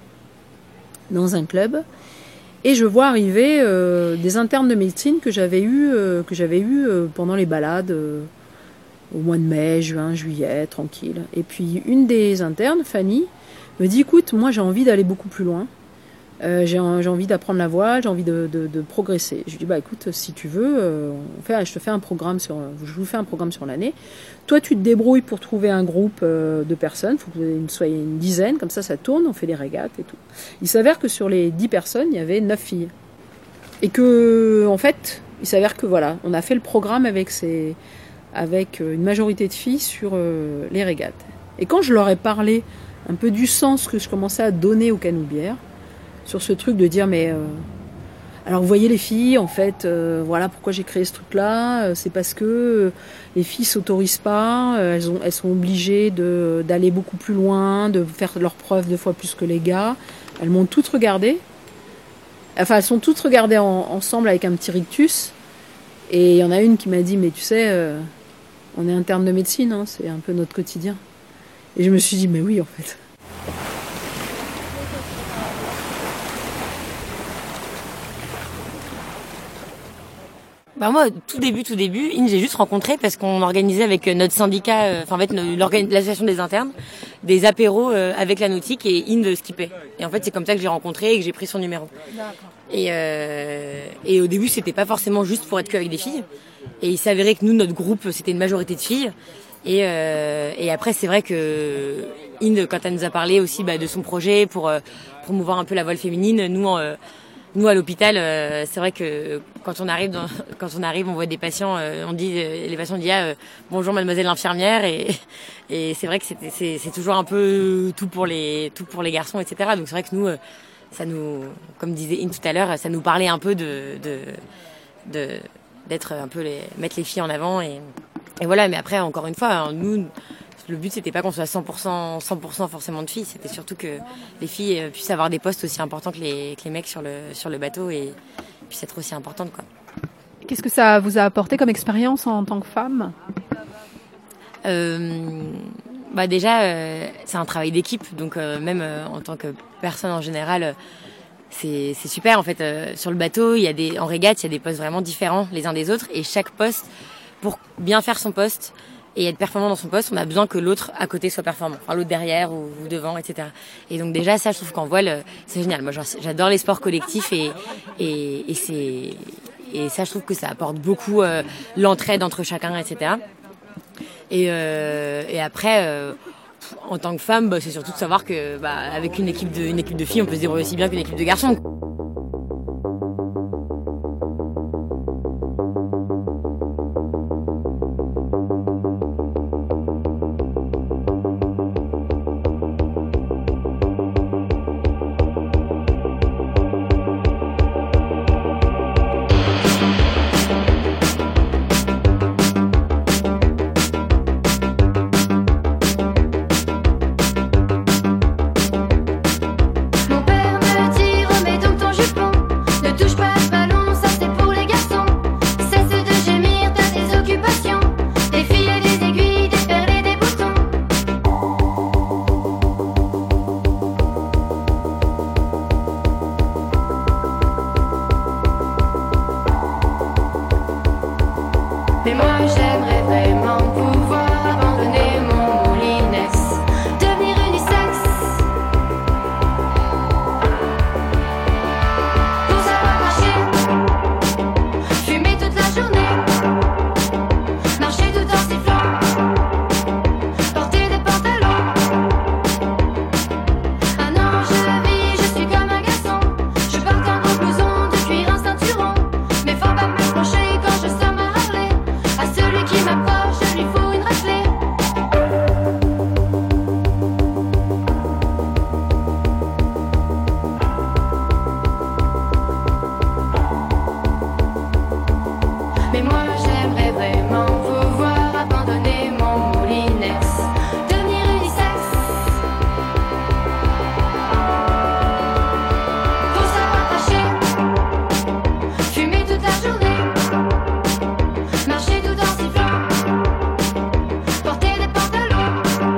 dans un club, et je vois arriver euh, des internes de médecine que j'avais eu, euh, que j'avais eu euh, pendant les balades, euh, au mois de mai, juin, juillet, tranquille. Et puis une des internes, Fanny, me dit, écoute, moi j'ai envie d'aller beaucoup plus loin. Euh, j'ai, j'ai envie d'apprendre la voile, j'ai envie de, de, de progresser. Je lui dis, bah écoute, si tu veux, euh, on fait, je te fais un programme sur, je vous fais un programme sur l'année. Toi, tu te débrouilles pour trouver un groupe euh, de personnes. Il faut que vous soyez une dizaine, comme ça, ça tourne, on fait des régates et tout. Il s'avère que sur les dix personnes, il y avait neuf filles. Et que, en fait, il s'avère que voilà, on a fait le programme avec ces, avec une majorité de filles sur euh, les régates. Et quand je leur ai parlé un peu du sens que je commençais à donner aux canoubières, sur ce truc de dire mais euh, alors vous voyez les filles en fait euh, voilà pourquoi j'ai créé ce truc là euh, c'est parce que euh, les filles s'autorisent pas, euh, elles ont elles sont obligées de d'aller beaucoup plus loin, de faire leurs preuves deux fois plus que les gars. Elles m'ont toutes regardé, enfin elles sont toutes regardées en, ensemble avec un petit rictus, et il y en a une qui m'a dit mais tu sais euh, on est interne de médecine, hein, c'est un peu notre quotidien. Et je me suis dit mais oui en fait. Bah moi, tout début, tout début, Inde, j'ai juste rencontré parce qu'on organisait avec notre syndicat, euh, enfin en fait l'organisation des internes, des apéros euh, avec la nautique, et Inde skippait. Et en fait, c'est comme ça que j'ai rencontré et que j'ai pris son numéro. D'accord. Et, euh, et au début, c'était pas forcément juste pour être qu'avec des filles. Et il s'avérait que nous, notre groupe, c'était une majorité de filles. Et, euh, et après, c'est vrai que Inde, quand elle nous a parlé aussi bah, de son projet pour euh, promouvoir un peu la voile féminine, nous, euh, nous à l'hôpital, euh, c'est vrai que quand on arrive, dans, quand on arrive, on voit des patients, euh, on dit, euh, les patients disent ah, euh, bonjour mademoiselle l'infirmière, et, et c'est vrai que c'est, c'est, c'est toujours un peu tout pour les, tout pour les garçons, et cetera. Donc c'est vrai que nous, euh, ça nous, comme disait Inde tout à l'heure, ça nous parlait un peu de, de, de d'être un peu les, mettre les filles en avant et Et voilà, mais après, encore une fois, nous, le but, c'était pas qu'on soit cent pour cent, cent pour cent forcément de filles, c'était surtout que les filles puissent avoir des postes aussi importants que les, que les mecs sur le, sur le bateau et puissent être aussi importantes, quoi. Qu'est-ce que ça vous a apporté comme expérience en tant que femme ? euh, bah déjà, euh, c'est un travail d'équipe, donc euh, même euh, en tant que personne en général, euh, c'est, c'est super. En fait, euh, sur le bateau, il y a des, en régate, il y a des postes vraiment différents les uns des autres, et chaque poste, pour bien faire son poste et être performant dans son poste, on a besoin que l'autre à côté soit performant, enfin l'autre derrière ou, ou devant, et cetera. Et donc déjà ça, je trouve qu'en voile, c'est génial. Moi, j'adore les sports collectifs et et, et c'est et ça, je trouve que ça apporte beaucoup euh, l'entraide entre chacun, et cetera. Et euh, et après. Euh, en tant que femme, bah, c'est surtout de savoir que bah, avec une équipe de une équipe de filles, on peut se débrouiller aussi bien qu'une équipe de garçons. Mais moi j'aimerais vraiment pouvoir abandonner mon moulinex, devenir unisexe, pour savoir marcher, fumer toute la journée, marcher tout en sifflant, porter des pantalons. Ah non, je vis, je suis comme un garçon, je porte un gros blouson de cuir, un ceinturon, mais faut pas me reprocher quand je sors ma Harley. À celui qui m'approche, je lui fous une raclée. Mais moi j'aimerais vraiment pouvoir abandonner mon moulinex, devenir unisexe, pour savoir marcher, fumer toute la journée, marcher tout en sifflant, porter des pantalons.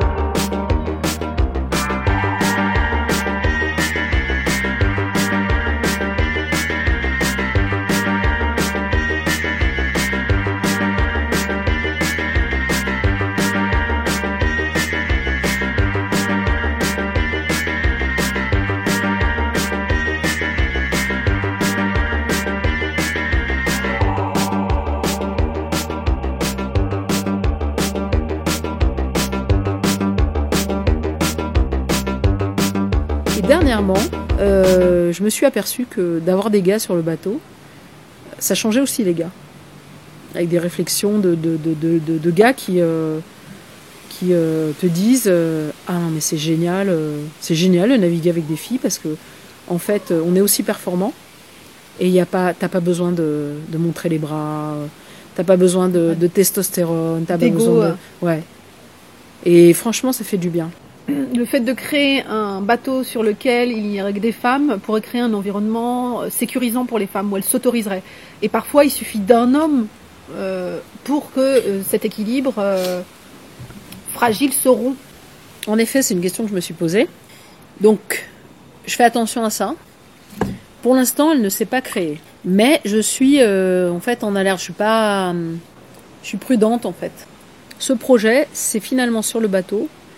Et dernièrement, euh, je me suis aperçue que d'avoir des gars sur le bateau, ça changeait aussi les gars. Avec des réflexions de, de, de, de, de, de gars qui, euh, qui euh, te disent euh, « Ah non mais c'est génial, euh, c'est génial de naviguer avec des filles parce que en fait on est aussi performant et y a pas, t'as pas besoin de, de montrer les bras, euh, t'as pas besoin de, de testostérone, t'as pas D'ego, besoin de... Ouais. Et franchement ça fait du bien. Le fait de créer un bateau sur lequel il y aurait que des femmes pourrait créer un environnement sécurisant pour les femmes, où elles s'autoriseraient. Et parfois, il suffit d'un homme euh, pour que euh, cet équilibre euh, fragile se rompt. En effet, c'est une question que je me suis posée. Donc, je fais attention à ça. Pour l'instant, elle ne s'est pas créée. Mais je suis euh, en fait en alerte. Je suis pas, euh, je suis prudente en fait. Ce projet, c'est finalement sur le bateau.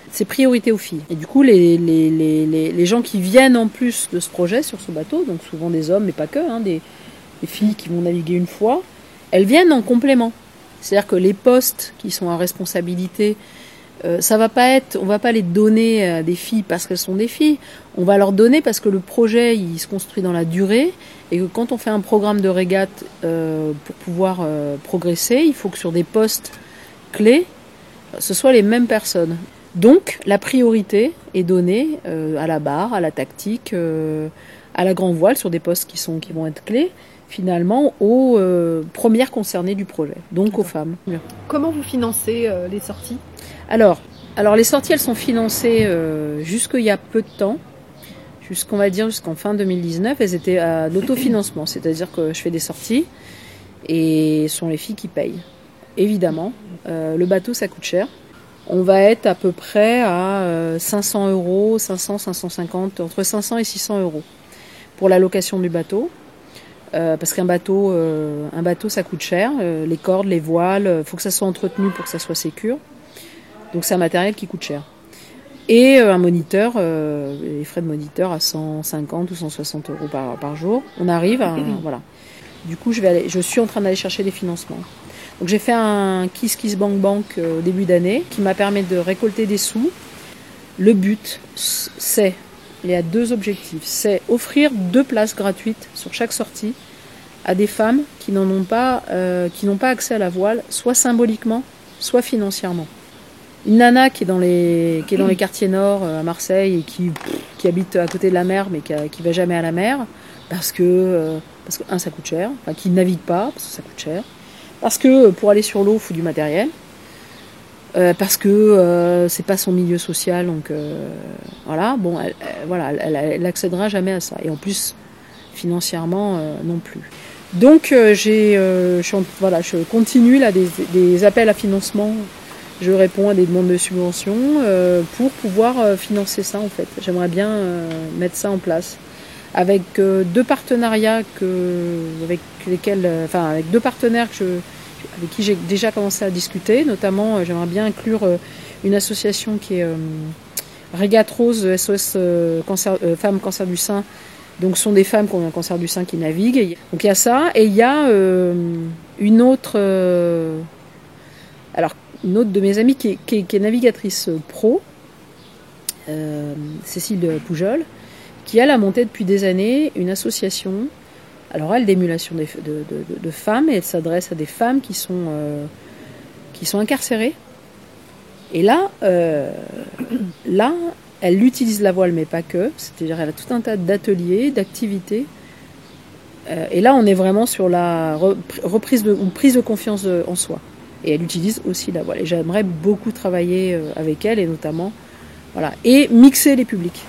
c'est priorité aux filles. Et du coup, les, les, les, les, les gens qui viennent en plus de ce projet sur ce bateau, donc souvent des hommes, mais pas que, hein, des, des filles qui vont naviguer une fois, elles viennent en complément. C'est-à-dire que les postes qui sont à responsabilité, euh, ça va pas être, on va pas les donner à des filles parce qu'elles sont des filles. On va leur donner parce que le projet, il se construit dans la durée et que quand on fait un programme de régate euh, pour pouvoir euh, progresser, il faut que sur des postes clés, ce soit les mêmes personnes. Donc, la priorité est donnée euh, à la barre, à la tactique, euh, à la grand voile, sur des postes qui, sont, qui vont être clés, finalement, aux euh, premières concernées du projet, donc D'accord. aux femmes. Comment vous financez euh, les sorties ? alors, alors, les sorties, elles sont financées euh, jusqu'il y a peu de temps, jusqu'on va dire jusqu'en fin deux mille dix-neuf, elles étaient à l'autofinancement, c'est-à-dire que je fais des sorties et ce sont les filles qui payent. Évidemment, euh, le bateau, ça coûte cher. On va être à peu près à euh, cinq cents euros, cinq cents, cinq cent cinquante, entre cinq cents et six cents euros pour la location du bateau. Euh, parce qu'un bateau, euh, un bateau, ça coûte cher. Euh, les cordes, les voiles, il faut que ça soit entretenu pour que ça soit sécure. Donc c'est un matériel qui coûte cher. Et euh, un moniteur, euh, les frais de moniteur à cent cinquante ou cent soixante euros par, par jour. On arrive à... voilà. Du coup, je, vais aller, je suis en train d'aller chercher des financements. Donc j'ai fait un Kiss Kiss Bank Bank au début d'année qui m'a permis de récolter des sous. Le but, c'est, il y a deux objectifs, c'est offrir deux places gratuites sur chaque sortie à des femmes qui n'en ont pas, euh, qui n'ont pas accès à la voile, soit symboliquement, soit financièrement. Une nana qui est dans les, qui est dans les quartiers nord à Marseille et qui, qui habite à côté de la mer mais qui, a, qui va jamais à la mer parce que, euh, parce que un, ça coûte cher, enfin qui ne navigue pas parce que ça coûte cher. Parce que pour aller sur l'eau, il faut du matériel. Euh, parce que euh, c'est pas son milieu social, donc euh, voilà. Bon, elle, elle, voilà, elle, elle accédera jamais à ça. Et en plus, financièrement, euh, non plus. Donc, euh, j'ai, euh, je, voilà, je continue là des, des appels à financement. Je réponds à des demandes de subventions euh, pour pouvoir euh, financer ça en fait. J'aimerais bien euh, mettre ça en place. Avec euh, deux partenariats que, avec lesquels, euh, enfin avec deux partenaires que je, avec qui j'ai déjà commencé à discuter. Notamment, euh, j'aimerais bien inclure euh, une association qui est euh, Régate Rose S O S euh, cancer, euh, Femmes Cancer du Sein. Donc, ce sont des femmes qui ont un cancer du sein qui naviguent. Donc, il y a ça et il y a euh, une autre, euh, alors une autre de mes amies qui est, qui est, qui est navigatrice pro, euh, Cécile Poujol, qui elle a monté depuis des années une association, alors elle d'émulation de, de, de, de femmes, et elle s'adresse à des femmes qui sont, euh, qui sont incarcérées. Et là, euh, là, elle utilise la voile, mais pas que, c'est-à-dire elle a tout un tas d'ateliers, d'activités. Euh, et là, on est vraiment sur la reprise de, ou prise de confiance de, en soi. Et elle utilise aussi la voile. Et j'aimerais beaucoup travailler avec elle, et notamment, voilà, et mixer les publics.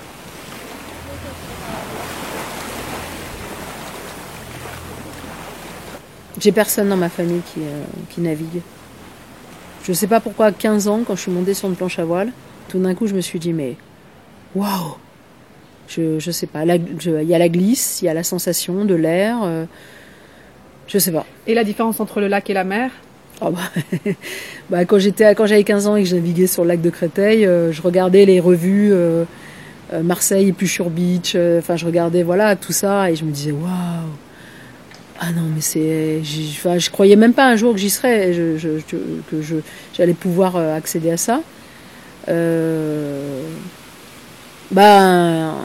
J'ai personne dans ma famille qui, euh, qui navigue. Je ne sais pas pourquoi, à quinze ans, quand je suis montée sur une planche à voile, tout d'un coup, je me suis dit, mais waouh! Je ne sais pas. Il y a la glisse, il y a la sensation de l'air. Euh, je ne sais pas. Et la différence entre le lac et la mer? Oh bah, bah, quand, j'étais, quand j'avais quinze ans et que je naviguais sur le lac de Créteil, euh, je regardais les revues euh, euh, Marseille et Pluchur Beach. Enfin, euh, je regardais voilà, tout ça et je me disais, waouh! Ah non, mais c'est, enfin, je croyais même pas un jour que j'y serais, je, je, je, que je, j'allais pouvoir accéder à ça. Euh, ben,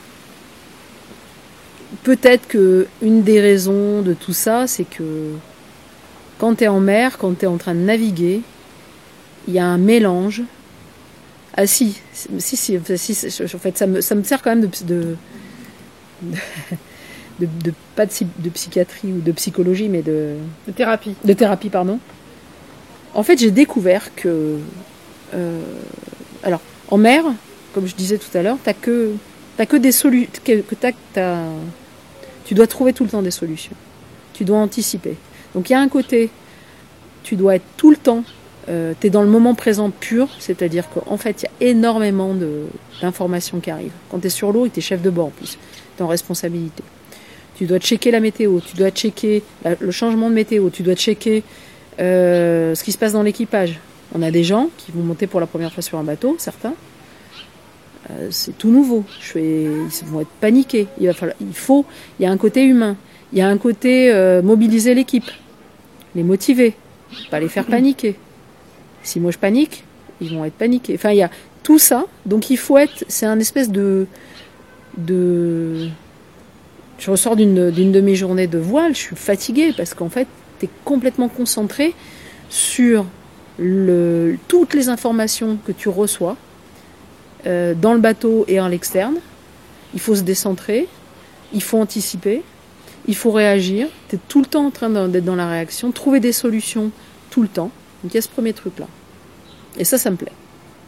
peut-être que une des raisons de tout ça, c'est que quand tu es en mer, quand tu es en train de naviguer, il y a un mélange. Ah si, si, si, si en fait, ça me, ça me sert quand même de... de, de De, de, pas de, de psychiatrie ou de psychologie, mais de... De thérapie. De thérapie, pardon. En fait, j'ai découvert que... Euh, alors, en mer, comme je disais tout à l'heure, t'as que, t'as que des solutions... Que, que t'as, t'as, tu dois trouver tout le temps des solutions. Tu dois anticiper. Donc, il y a un côté... Tu dois être tout le temps... Euh, t'es dans le moment présent pur, c'est-à-dire qu'en fait, il y a énormément de, d'informations qui arrivent. Quand t'es sur l'eau et t'es chef de bord, en plus, t'es en responsabilité. Tu dois checker la météo, tu dois checker la, le changement de météo, tu dois checker euh, ce qui se passe dans l'équipage. On a des gens qui vont monter pour la première fois sur un bateau, certains. Euh, c'est tout nouveau. Je fais, ils vont être paniqués. Il va falloir, il faut, il y a un côté humain. Il y a un côté euh, mobiliser l'équipe, les motiver, pas les faire paniquer. Si moi je panique, ils vont être paniqués. Enfin, il y a tout ça. Donc il faut être, c'est un espèce de, de, je ressors d'une, d'une demi-journée de voile, je suis fatiguée parce qu'en fait, tu es complètement concentré sur le, toutes les informations que tu reçois euh, dans le bateau et en l'externe. Il faut se décentrer, il faut anticiper, il faut réagir. Tu es tout le temps en train d'être dans la réaction, trouver des solutions tout le temps. Donc il y a ce premier truc-là. Et ça, ça me plaît.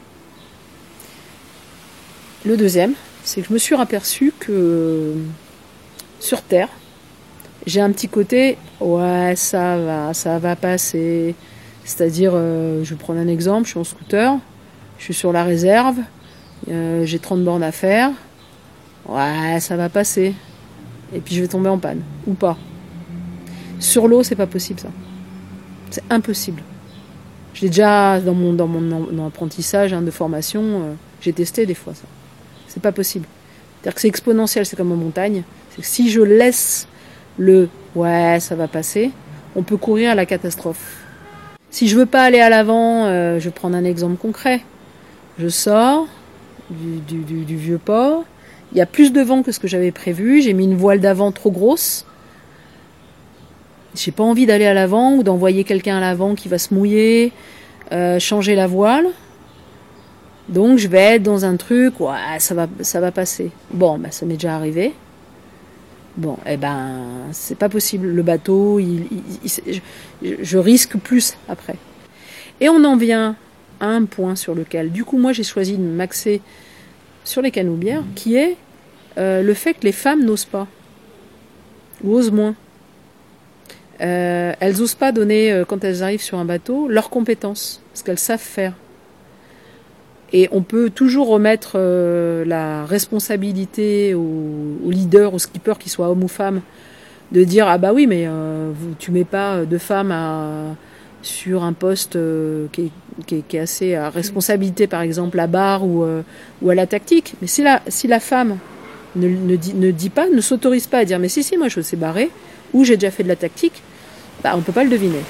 Le deuxième, c'est que je me suis aperçue que sur Terre, j'ai un petit côté, ouais, ça va, ça va passer. C'est-à-dire, euh, je vais prendre un exemple, je suis en scooter, je suis sur la réserve, euh, j'ai trente bornes à faire, ouais, ça va passer. Et puis je vais tomber en panne, ou pas. Sur l'eau, c'est pas possible ça. C'est impossible. Je l'ai déjà, dans mon, dans mon, dans mon apprentissage hein, de formation, euh, j'ai testé des fois ça. C'est pas possible. C'est-à-dire que c'est exponentiel, c'est comme en montagne. C'est que si je laisse le « ouais, ça va passer », on peut courir à la catastrophe. Si je veux pas aller à l'avant, euh, je vais prendre un exemple concret. Je sors du, du, du, du vieux port, il y a plus de vent que ce que j'avais prévu, j'ai mis une voile d'avant trop grosse. J'ai pas envie d'aller à l'avant ou d'envoyer quelqu'un à l'avant qui va se mouiller, euh, changer la voile. Donc je vais être dans un truc, ouais, ça va, ça va passer. Bon, bah, ça m'est déjà arrivé. Bon, eh ben, c'est pas possible. Le bateau, il, il, il, je, je risque plus après. Et on en vient à un point sur lequel, du coup, moi, j'ai choisi de m'axer sur les canoubières, qui est euh, le fait que les femmes n'osent pas, ou osent moins. Euh, elles osent pas donner, euh, quand elles arrivent sur un bateau, leurs compétences, ce qu'elles savent faire. Et on peut toujours remettre euh, la responsabilité au, au leader, au skipper, qu'il soit homme ou femme, de dire ah bah oui mais euh, vous, tu mets pas de femme à, sur un poste euh, qui, est, qui, est, qui est assez à responsabilité, par exemple à barre ou, euh, ou à la tactique. Mais si la, si la femme ne, ne, dit, ne dit pas, ne s'autorise pas à dire mais si si moi je sais barrer ou j'ai déjà fait de la tactique, bah on peut pas le deviner.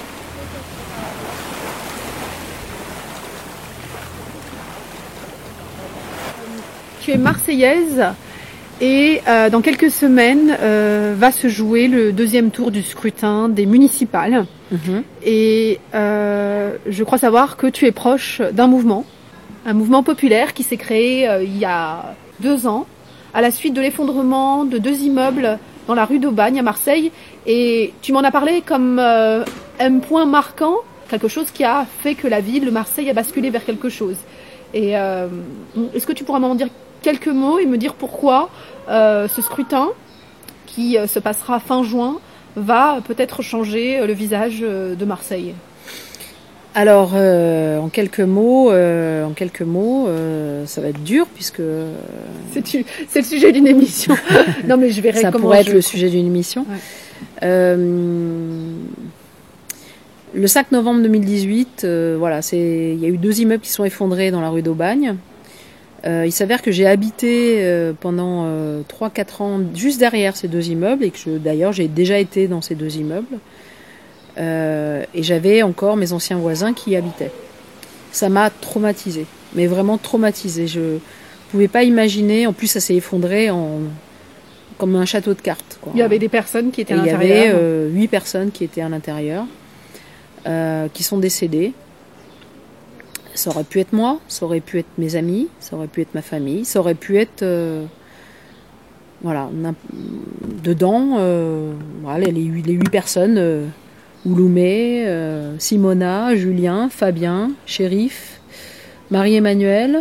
Tu es marseillaise et euh, dans quelques semaines euh, va se jouer le deuxième tour du scrutin des municipales. Mmh. Et euh, je crois savoir que tu es proche d'un mouvement, un mouvement populaire qui s'est créé euh, il y a deux ans à la suite de l'effondrement de deux immeubles dans la rue d'Aubagne à Marseille. Et tu m'en as parlé comme euh, un point marquant, quelque chose qui a fait que la ville de Marseille a basculé vers quelque chose. Et euh, est-ce que tu pourras m'en dire quelques mots et me dire pourquoi euh, ce scrutin qui euh, se passera fin juin va peut-être changer euh, le visage euh, de Marseille? Alors, euh, en quelques mots, euh, en quelques mots, euh, ça va être dur puisque euh, c'est, tu, c'est le sujet d'une émission. Non, mais je verrai ça comment. Ça pourrait je... être le sujet d'une émission. Ouais. Euh, le cinq novembre deux mille dix-huit, euh, voilà, c'est, il y a eu deux immeubles qui sont effondrés dans la rue d'Aubagne. Euh, il s'avère que j'ai habité euh, pendant euh, trois quatre ans juste derrière ces deux immeubles et que je, d'ailleurs j'ai déjà été dans ces deux immeubles euh, et j'avais encore mes anciens voisins qui y habitaient. Ça m'a traumatisée, mais vraiment traumatisée. Je ne pouvais pas imaginer, en plus ça s'est effondré en, comme un château de cartes, quoi. Il y avait des personnes qui étaient à et l'intérieur. Il y avait euh, huit personnes qui étaient à l'intérieur, euh, qui sont décédées. Ça aurait pu être moi, ça aurait pu être mes amis, ça aurait pu être ma famille, ça aurait pu être euh, voilà, dedans euh, voilà, les, huit, les huit personnes, euh, Ouloumé, euh, Simona, Julien, Fabien, Chérif, Marie-Emmanuelle,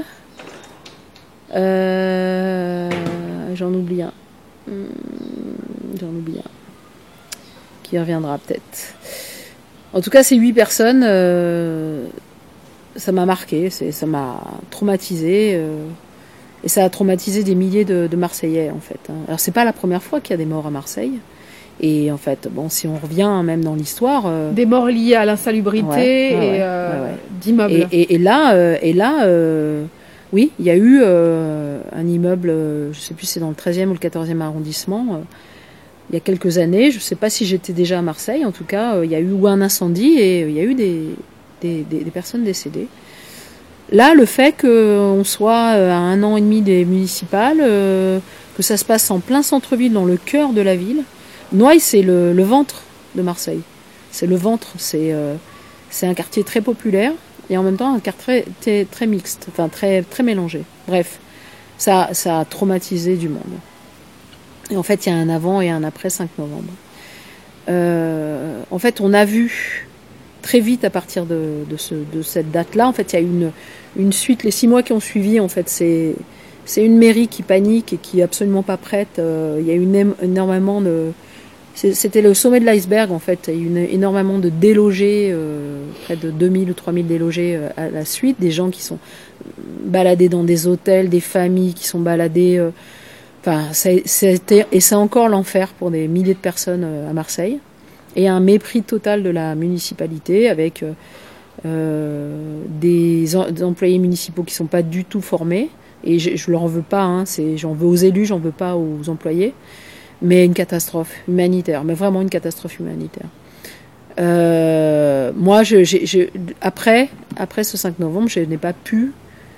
euh, j'en oublie un, j'en oublie un, qui reviendra peut-être. En tout cas, ces huit personnes... Euh, ça m'a marqué, c'est, ça m'a traumatisé euh, et ça a traumatisé des milliers de, de Marseillais en fait. Hein. Alors c'est pas la première fois qu'il y a des morts à Marseille et en fait bon si on revient même dans l'histoire, euh, des morts liées à l'insalubrité ouais, ouais, et euh, ouais, ouais. d'immeubles. Et, et, et là, euh, et là euh, oui, il y a eu euh, un immeuble, euh, je sais plus si c'est dans le treizième ou le quatorzième arrondissement, euh, il y a quelques années. Je sais pas si j'étais déjà à Marseille. En tout cas, euh, il y a eu ou un incendie et euh, il y a eu des, des, des, des personnes décédées. Là, le fait qu'on soit à un an et demi des municipales, euh, que ça se passe en plein centre-ville, dans le cœur de la ville. Noailles, c'est le, le ventre de Marseille. C'est le ventre, c'est euh, c'est un quartier très populaire et en même temps un quartier très, très, très mixte, enfin très, très mélangé. Bref, ça, ça a traumatisé du monde. Et en fait, il y a un avant et un après cinq novembre. Euh, en fait, on a vu très vite à partir de, de, ce, de cette date-là, en fait, il y a eu une, une suite, les six mois qui ont suivi, en fait, c'est, c'est une mairie qui panique et qui est absolument pas prête. Euh, il y a eu une, énormément de... C'était le sommet de l'iceberg, en fait. Il y a eu une, énormément de délogés, euh, près de deux mille ou trois mille délogés euh, à la suite, des gens qui sont baladés dans des hôtels, des familles qui sont baladées... Euh, enfin, c'était, et c'est encore l'enfer pour des milliers de personnes euh, à Marseille. Et un mépris total de la municipalité avec euh, des, en, des employés municipaux qui sont pas du tout formés. Et je, je leur en veux pas, hein, c'est, j'en veux aux élus, j'en veux pas aux employés. Mais une catastrophe humanitaire, mais vraiment une catastrophe humanitaire. Euh, moi, je, j'ai, je, après, après ce cinq novembre, je n'ai pas pu...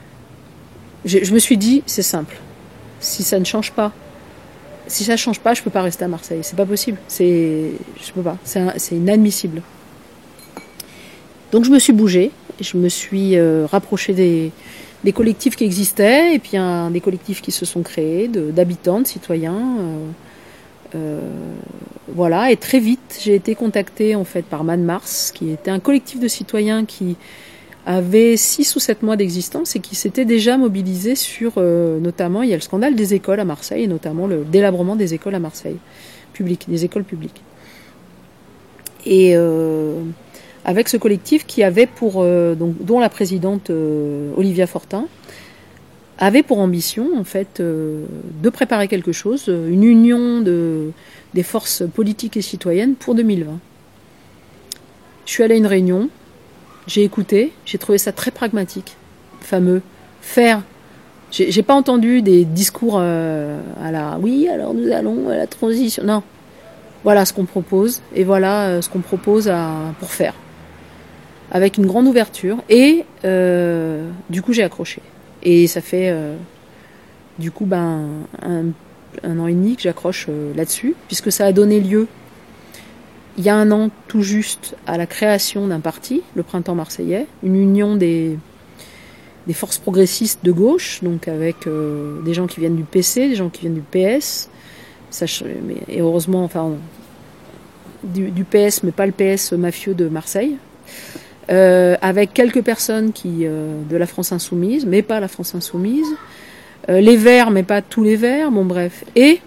Je, je me suis dit, c'est simple. Si ça ne change pas, si ça ne change pas, je ne peux pas rester à Marseille. C'est pas possible. C'est, je peux pas. C'est, un, c'est inadmissible. Donc je me suis bougée. Je me suis euh, rapprochée des, des collectifs qui existaient et puis un, des collectifs qui se sont créés, de, d'habitants, de citoyens. Euh, euh, voilà. Et très vite, j'ai été contactée en fait par Man Mars, qui était un collectif de citoyens qui avait six ou sept mois d'existence et qui s'était déjà mobilisé sur, euh, notamment, il y a le scandale des écoles à Marseille, et notamment le délabrement des écoles à Marseille, publiques, des écoles publiques. Et euh, avec ce collectif qui avait pour, euh, donc, dont la présidente euh, Olivia Fortin avait pour ambition, en fait, euh, de préparer quelque chose, une union de, des forces politiques et citoyennes pour deux mille vingt. Je suis allée à une réunion. J'ai écouté, j'ai trouvé ça très pragmatique, fameux, faire. J'ai, j'ai pas entendu des discours euh, à la « oui, alors nous allons à la transition ». Non, voilà ce qu'on propose et voilà euh, ce qu'on propose à, pour faire. Avec une grande ouverture et euh, du coup j'ai accroché. Et ça fait euh, du coup ben, un, un an et demi que j'accroche euh, là-dessus, puisque ça a donné lieu il y a un an tout juste à la création d'un parti, le Printemps Marseillais, une union des, des forces progressistes de gauche, donc avec euh, des gens qui viennent du P C, des gens qui viennent du P S, ça, mais, et heureusement, enfin, du, du P S, mais pas le P S mafieux de Marseille, euh, avec quelques personnes qui euh, de la France Insoumise, mais pas la France Insoumise, euh, les Verts, mais pas tous les Verts, bon bref, et...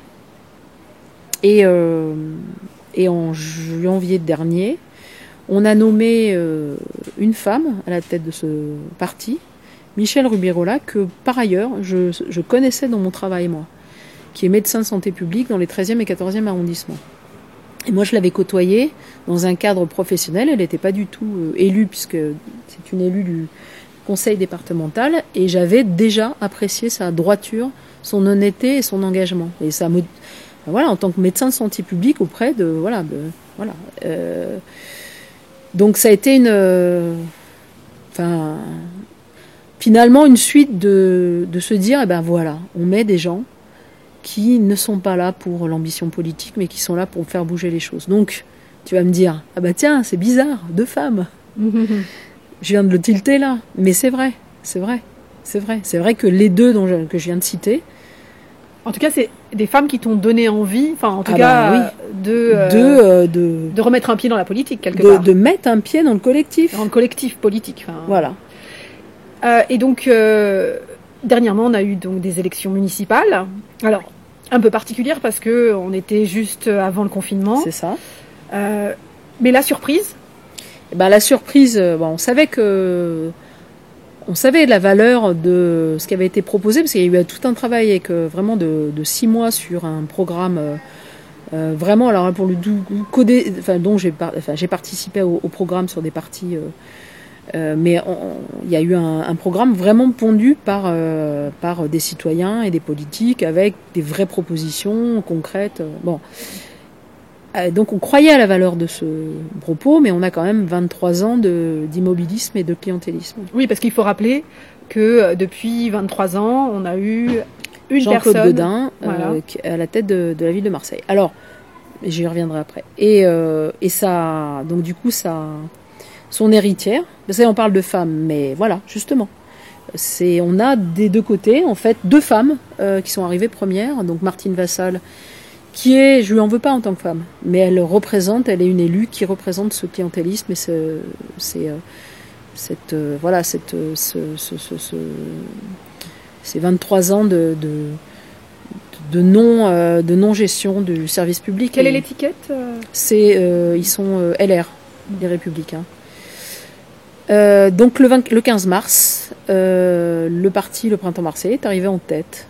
et euh, Et en janvier dernier, on a nommé euh, une femme à la tête de ce parti, Michèle Rubirola, que par ailleurs, je, je connaissais dans mon travail, moi, qui est médecin de santé publique dans les treizième et quatorzième arrondissements. Et moi, je l'avais côtoyée dans un cadre professionnel. Elle n'était pas du tout euh, élue, puisque c'est une élue du conseil départemental, et j'avais déjà apprécié sa droiture, son honnêteté et son engagement. Et ça me... Voilà, en tant que médecin de santé publique auprès de voilà, de, voilà. Euh, donc ça a été une, euh, enfin, finalement une suite de de se dire, eh ben voilà, on met des gens qui ne sont pas là pour l'ambition politique, mais qui sont là pour faire bouger les choses. Donc tu vas me dire, ah bah tiens, c'est bizarre, deux femmes. Je viens de le tilter là, mais c'est vrai, c'est vrai, c'est vrai, c'est vrai que les deux dont je, que je viens de citer. En tout cas, c'est des femmes qui t'ont donné envie, enfin en tout ah cas, bah, oui. de, euh, de, euh, de de remettre un pied dans la politique quelque de, part. De mettre un pied dans le collectif. Dans le collectif politique. Enfin, voilà. Euh, et donc, euh, dernièrement, on a eu donc des élections municipales. Alors, un peu particulières parce que on était juste avant le confinement. C'est ça. Euh, mais la surprise. Eh ben, la surprise, bon, on savait que On savait la valeur de ce qui avait été proposé, parce qu'il y a eu tout un travail avec euh, vraiment de, de six mois sur un programme euh, euh, vraiment, alors pour le codé, enfin, dont j'ai, par, enfin, j'ai participé au, au programme sur des parties euh, Euh, mais il y a eu un, un programme vraiment pondu par, euh, par des citoyens et des politiques avec des vraies propositions concrètes. Bon. Euh, donc on croyait à la valeur de ce propos, mais on a quand même vingt-trois ans de, d'immobilisme et de clientélisme. Oui, parce qu'il faut rappeler que euh, depuis vingt-trois ans, on a eu une Jean-Claude personne Gaudin voilà. euh, à la tête de, de la ville de Marseille. Alors, j'y reviendrai après. Et, euh, et ça, donc du coup, ça... son héritière, parce que on parle de femmes, mais voilà, justement, c'est, on a des deux côtés, en fait, deux femmes euh, qui sont arrivées premières, donc Martine Vassal, qui est, je lui en veux pas en tant que femme, mais elle représente, elle est une élue qui représente ce clientélisme et ce, c'est, euh, cette, euh, voilà, cette, ce, ce, ce, ce, ces vingt-trois ans de, de, de non, euh, de non-gestion du service public. Quelle et est l'étiquette euh... C'est, euh, ils sont euh, L R, les Républicains. Euh, donc le, vingt, le quinze mars, euh, le parti Le Printemps Marseillais est arrivé en tête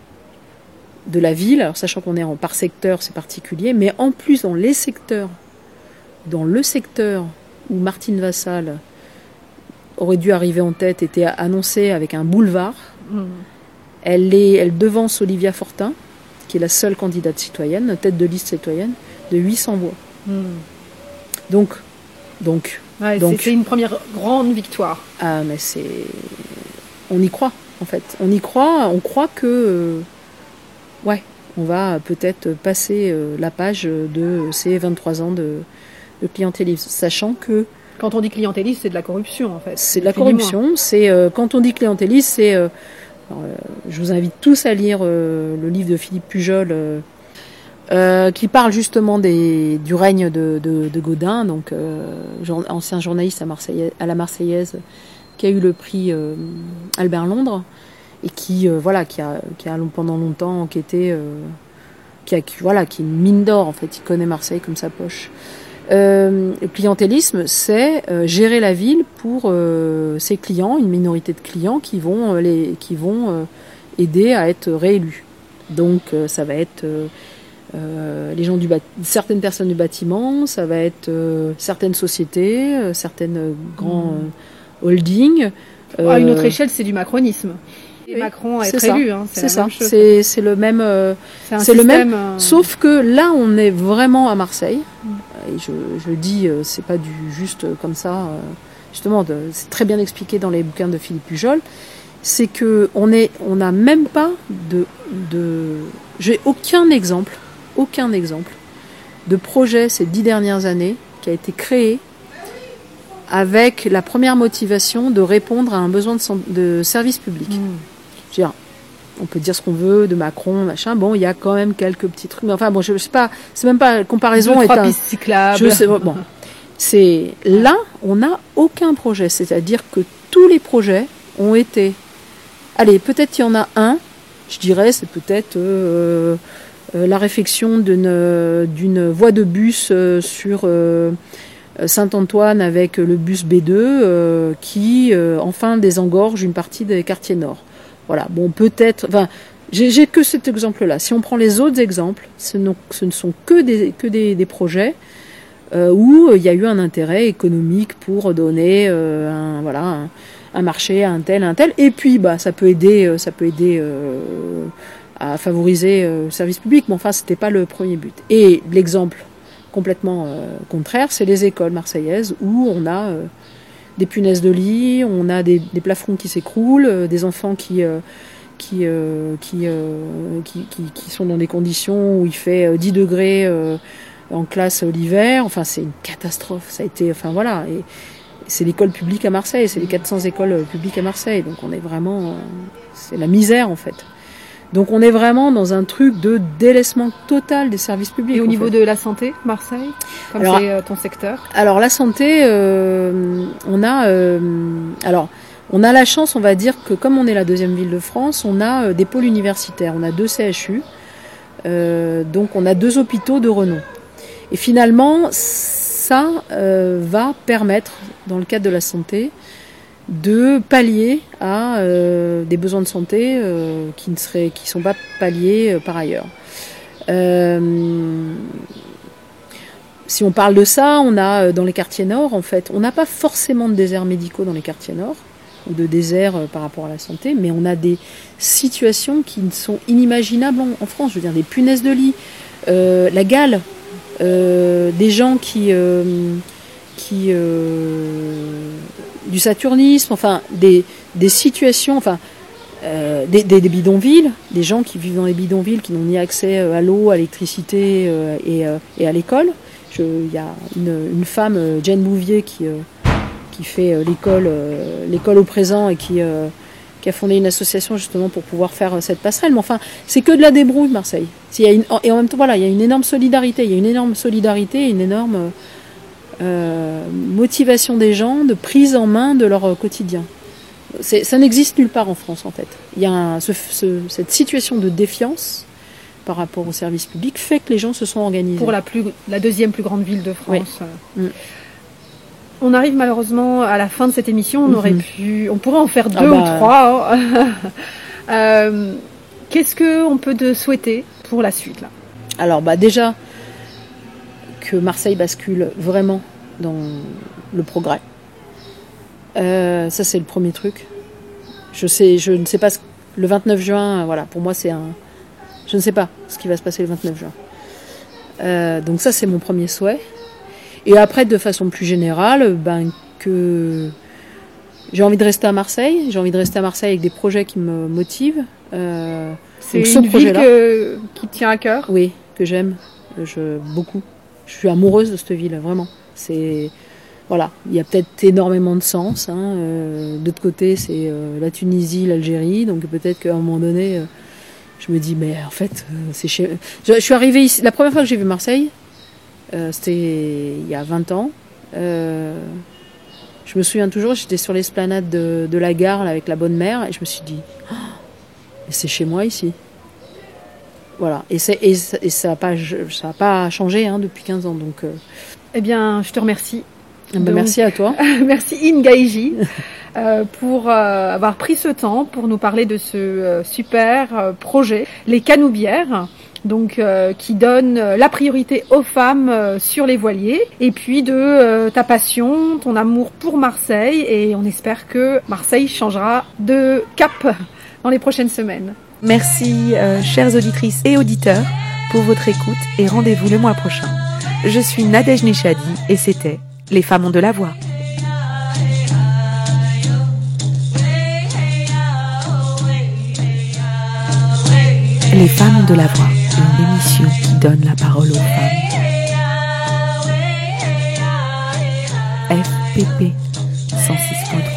de la ville, alors sachant qu'on est en par secteur, c'est particulier, mais en plus dans les secteurs, dans le secteur où Martine Vassal aurait dû arriver en tête, était annoncée avec un boulevard. Mmh. Elle, est, elle devance Olivia Fortin, qui est la seule candidate citoyenne, tête de liste citoyenne, de huit cents voix. Mmh. Donc, donc Ouais, Donc, c'est, c'est une première grande victoire. Ah, mais c'est... On y croit, en fait. On y croit, on croit que... Euh... Ouais, on va peut-être passer euh, la page de ces vingt-trois ans de, de clientélisme, sachant que... Quand on dit clientélisme, c'est de la corruption, en fait. C'est de la corruption. C'est, euh, quand on dit clientélisme, c'est... Euh... Alors, euh, je vous invite tous à lire euh, le livre de Philippe Pujol... Euh... Euh, qui parle justement des, du règne de, de, de Gaudin, donc euh, jour, ancien journaliste à, Marseille, à la Marseillaise, qui a eu le prix euh, Albert Londres et qui euh, voilà qui a, qui a pendant longtemps enquêté, euh, qui a voilà qui est une mine d'or en fait, il connaît Marseille comme sa poche. Euh, le clientélisme, c'est euh, gérer la ville pour euh, ses clients, une minorité de clients qui vont euh, les qui vont euh, aider à être réélus. Donc euh, ça va être euh, Euh, les gens du bat- certaines personnes du bâtiment, ça va être euh, certaines sociétés, euh, certaines euh, grands euh, holdings. Euh, à une autre échelle, c'est du macronisme. Et oui, Macron a c'est été ça. élu, hein, c'est, c'est la ça. même chose. C'est, c'est le même. Euh, c'est un c'est système, le même. Euh... Sauf que là, on est vraiment à Marseille. Mm. Et je, je dis, euh, c'est pas du juste comme ça. Euh, justement, de, c'est très bien expliqué dans les bouquins de Philippe Pujol. C'est que on est, on n'a même pas de, de. J'ai aucun exemple. Aucun exemple de projet ces dix dernières années qui a été créé avec la première motivation de répondre à un besoin de, de service public. Mmh. Je veux dire, on peut dire ce qu'on veut de Macron, machin. Bon, il y a quand même quelques petits trucs. Mais enfin, bon, je, je sais pas. C'est même pas comparaison. Deux, est trois un, pistes cyclables. Je sais, bon, c'est là, on n'a aucun projet. C'est-à-dire que tous les projets ont été. Allez, peut-être il y en a un. Je dirais, c'est peut-être. Euh, Euh, la réfection d'une, d'une voie de bus euh, sur euh, Saint-Antoine avec le bus B deux euh, qui euh, enfin désengorge une partie des quartiers nord. Voilà, bon peut-être... Enfin, j'ai, j'ai que cet exemple-là. Si on prend les autres exemples, ce, ce ne sont que des, que des, des projets euh, où il y a eu un intérêt économique pour donner euh, un, voilà, un, un marché à un tel, un tel. Et puis bah, ça peut aider... Ça peut aider euh, à favoriser euh, le service public, mais enfin, c'était pas le premier but. Et l'exemple complètement euh, contraire, c'est les écoles marseillaises, où on a euh, des punaises de lit, on a des, des plafonds qui s'écroulent, euh, des enfants qui, euh, qui, euh, qui, euh, qui, qui, qui sont dans des conditions où il fait euh, dix degrés euh, en classe l'hiver. Enfin, c'est une catastrophe. Ça a été, enfin voilà. Et, c'est l'école publique à Marseille, c'est les quatre cents écoles publiques à Marseille. Donc on est vraiment, euh, c'est la misère en fait. Donc on est vraiment dans un truc de délaissement total des services publics. Et au niveau fait. de la santé, Marseille, comme alors, c'est euh, ton secteur. Alors la santé, euh, on a, euh, alors on a la chance, on va dire que comme on est la deuxième ville de France, on a euh, des pôles universitaires, on a deux C H U, euh, donc on a deux hôpitaux de renom. Et finalement, ça euh, va permettre, dans le cadre de la santé, de pallier à euh, des besoins de santé euh, qui ne seraient, qui sont pas palliés euh, par ailleurs. Euh, si on parle de ça, on a euh, dans les quartiers nord, en fait, on n'a pas forcément de déserts médicaux dans les quartiers nord, ou de déserts euh, par rapport à la santé, mais on a des situations qui sont inimaginables en, en France. Je veux dire, des punaises de lit, euh, la gale, euh, des gens qui... Euh, qui euh, du saturnisme, enfin, des, des situations... enfin. Euh, des, des, des bidonvilles, des gens qui vivent dans les bidonvilles, qui n'ont ni accès euh, à l'eau, à l'électricité euh, et, euh, et à l'école. Il y a une, une femme, euh, Jane Bouvier, qui, euh, qui fait euh, l'école, euh, l'école au présent et qui, euh, qui a fondé une association justement pour pouvoir faire euh, cette passerelle. Mais enfin, c'est que de la débrouille, Marseille. Il y a une, et en même temps, voilà, il y a une énorme solidarité. Il y a une énorme solidarité, une énorme euh, motivation des gens de prise en main de leur euh, quotidien. C'est, ça n'existe nulle part en France, en fait. Il y a un, ce, ce, cette situation de défiance par rapport au service public fait que les gens se sont organisés. Pour la, plus, la deuxième plus grande ville de France. Oui. Mm. On arrive malheureusement à la fin de cette émission. On mm-hmm. aurait pu, on pourrait en faire deux ah bah... ou trois. Hein. euh, qu'est-ce qu'on peut te souhaiter pour la suite là ? Alors, bah déjà, que Marseille bascule vraiment dans le progrès. Euh, ça c'est le premier truc. Je sais, je ne sais pas ce, le vingt-neuf juin. Voilà, pour moi c'est un. Je ne sais pas ce qui va se passer le vingt-neuf juin. Euh, donc ça c'est mon premier souhait. Et après de façon plus générale, ben que j'ai envie de rester à Marseille. J'ai envie de rester à Marseille avec des projets qui me motivent. Euh, c'est donc, une ville que, qui te tient à cœur. Oui, que j'aime, je beaucoup. Je suis amoureuse de cette ville, vraiment. C'est Voilà, il y a peut-être énormément de sens. Hein. Euh, d'autre côté, c'est euh, la Tunisie, l'Algérie. Donc peut-être qu'à un moment donné, euh, je me dis, mais en fait, euh, c'est chez... Je, je suis arrivée ici. La première fois que j'ai vu Marseille, euh, c'était il y a vingt ans. Euh, je me souviens toujours, j'étais sur l'esplanade de, de la gare là, avec la bonne mère. Et je me suis dit, oh, mais c'est chez moi ici. Voilà, et, c'est, et, et ça n'a pas, pas changé hein, depuis quinze ans. Donc, euh... Eh bien, je te remercie. Ben Donc, merci à toi. Merci Ingaiji euh, pour euh, avoir pris ce temps pour nous parler de ce euh, super euh, projet, les Canoubières, donc euh, qui donne euh, la priorité aux femmes euh, sur les voiliers, et puis de euh, ta passion, ton amour pour Marseille, et on espère que Marseille changera de cap dans les prochaines semaines. Merci euh, chères auditrices et auditeurs pour votre écoute et rendez-vous le mois prochain. Je suis Nadège Nechadi et c'était Les femmes ont de la voix. Les femmes ont de la voix, une émission qui donne la parole aux femmes. F P P cent six point trois.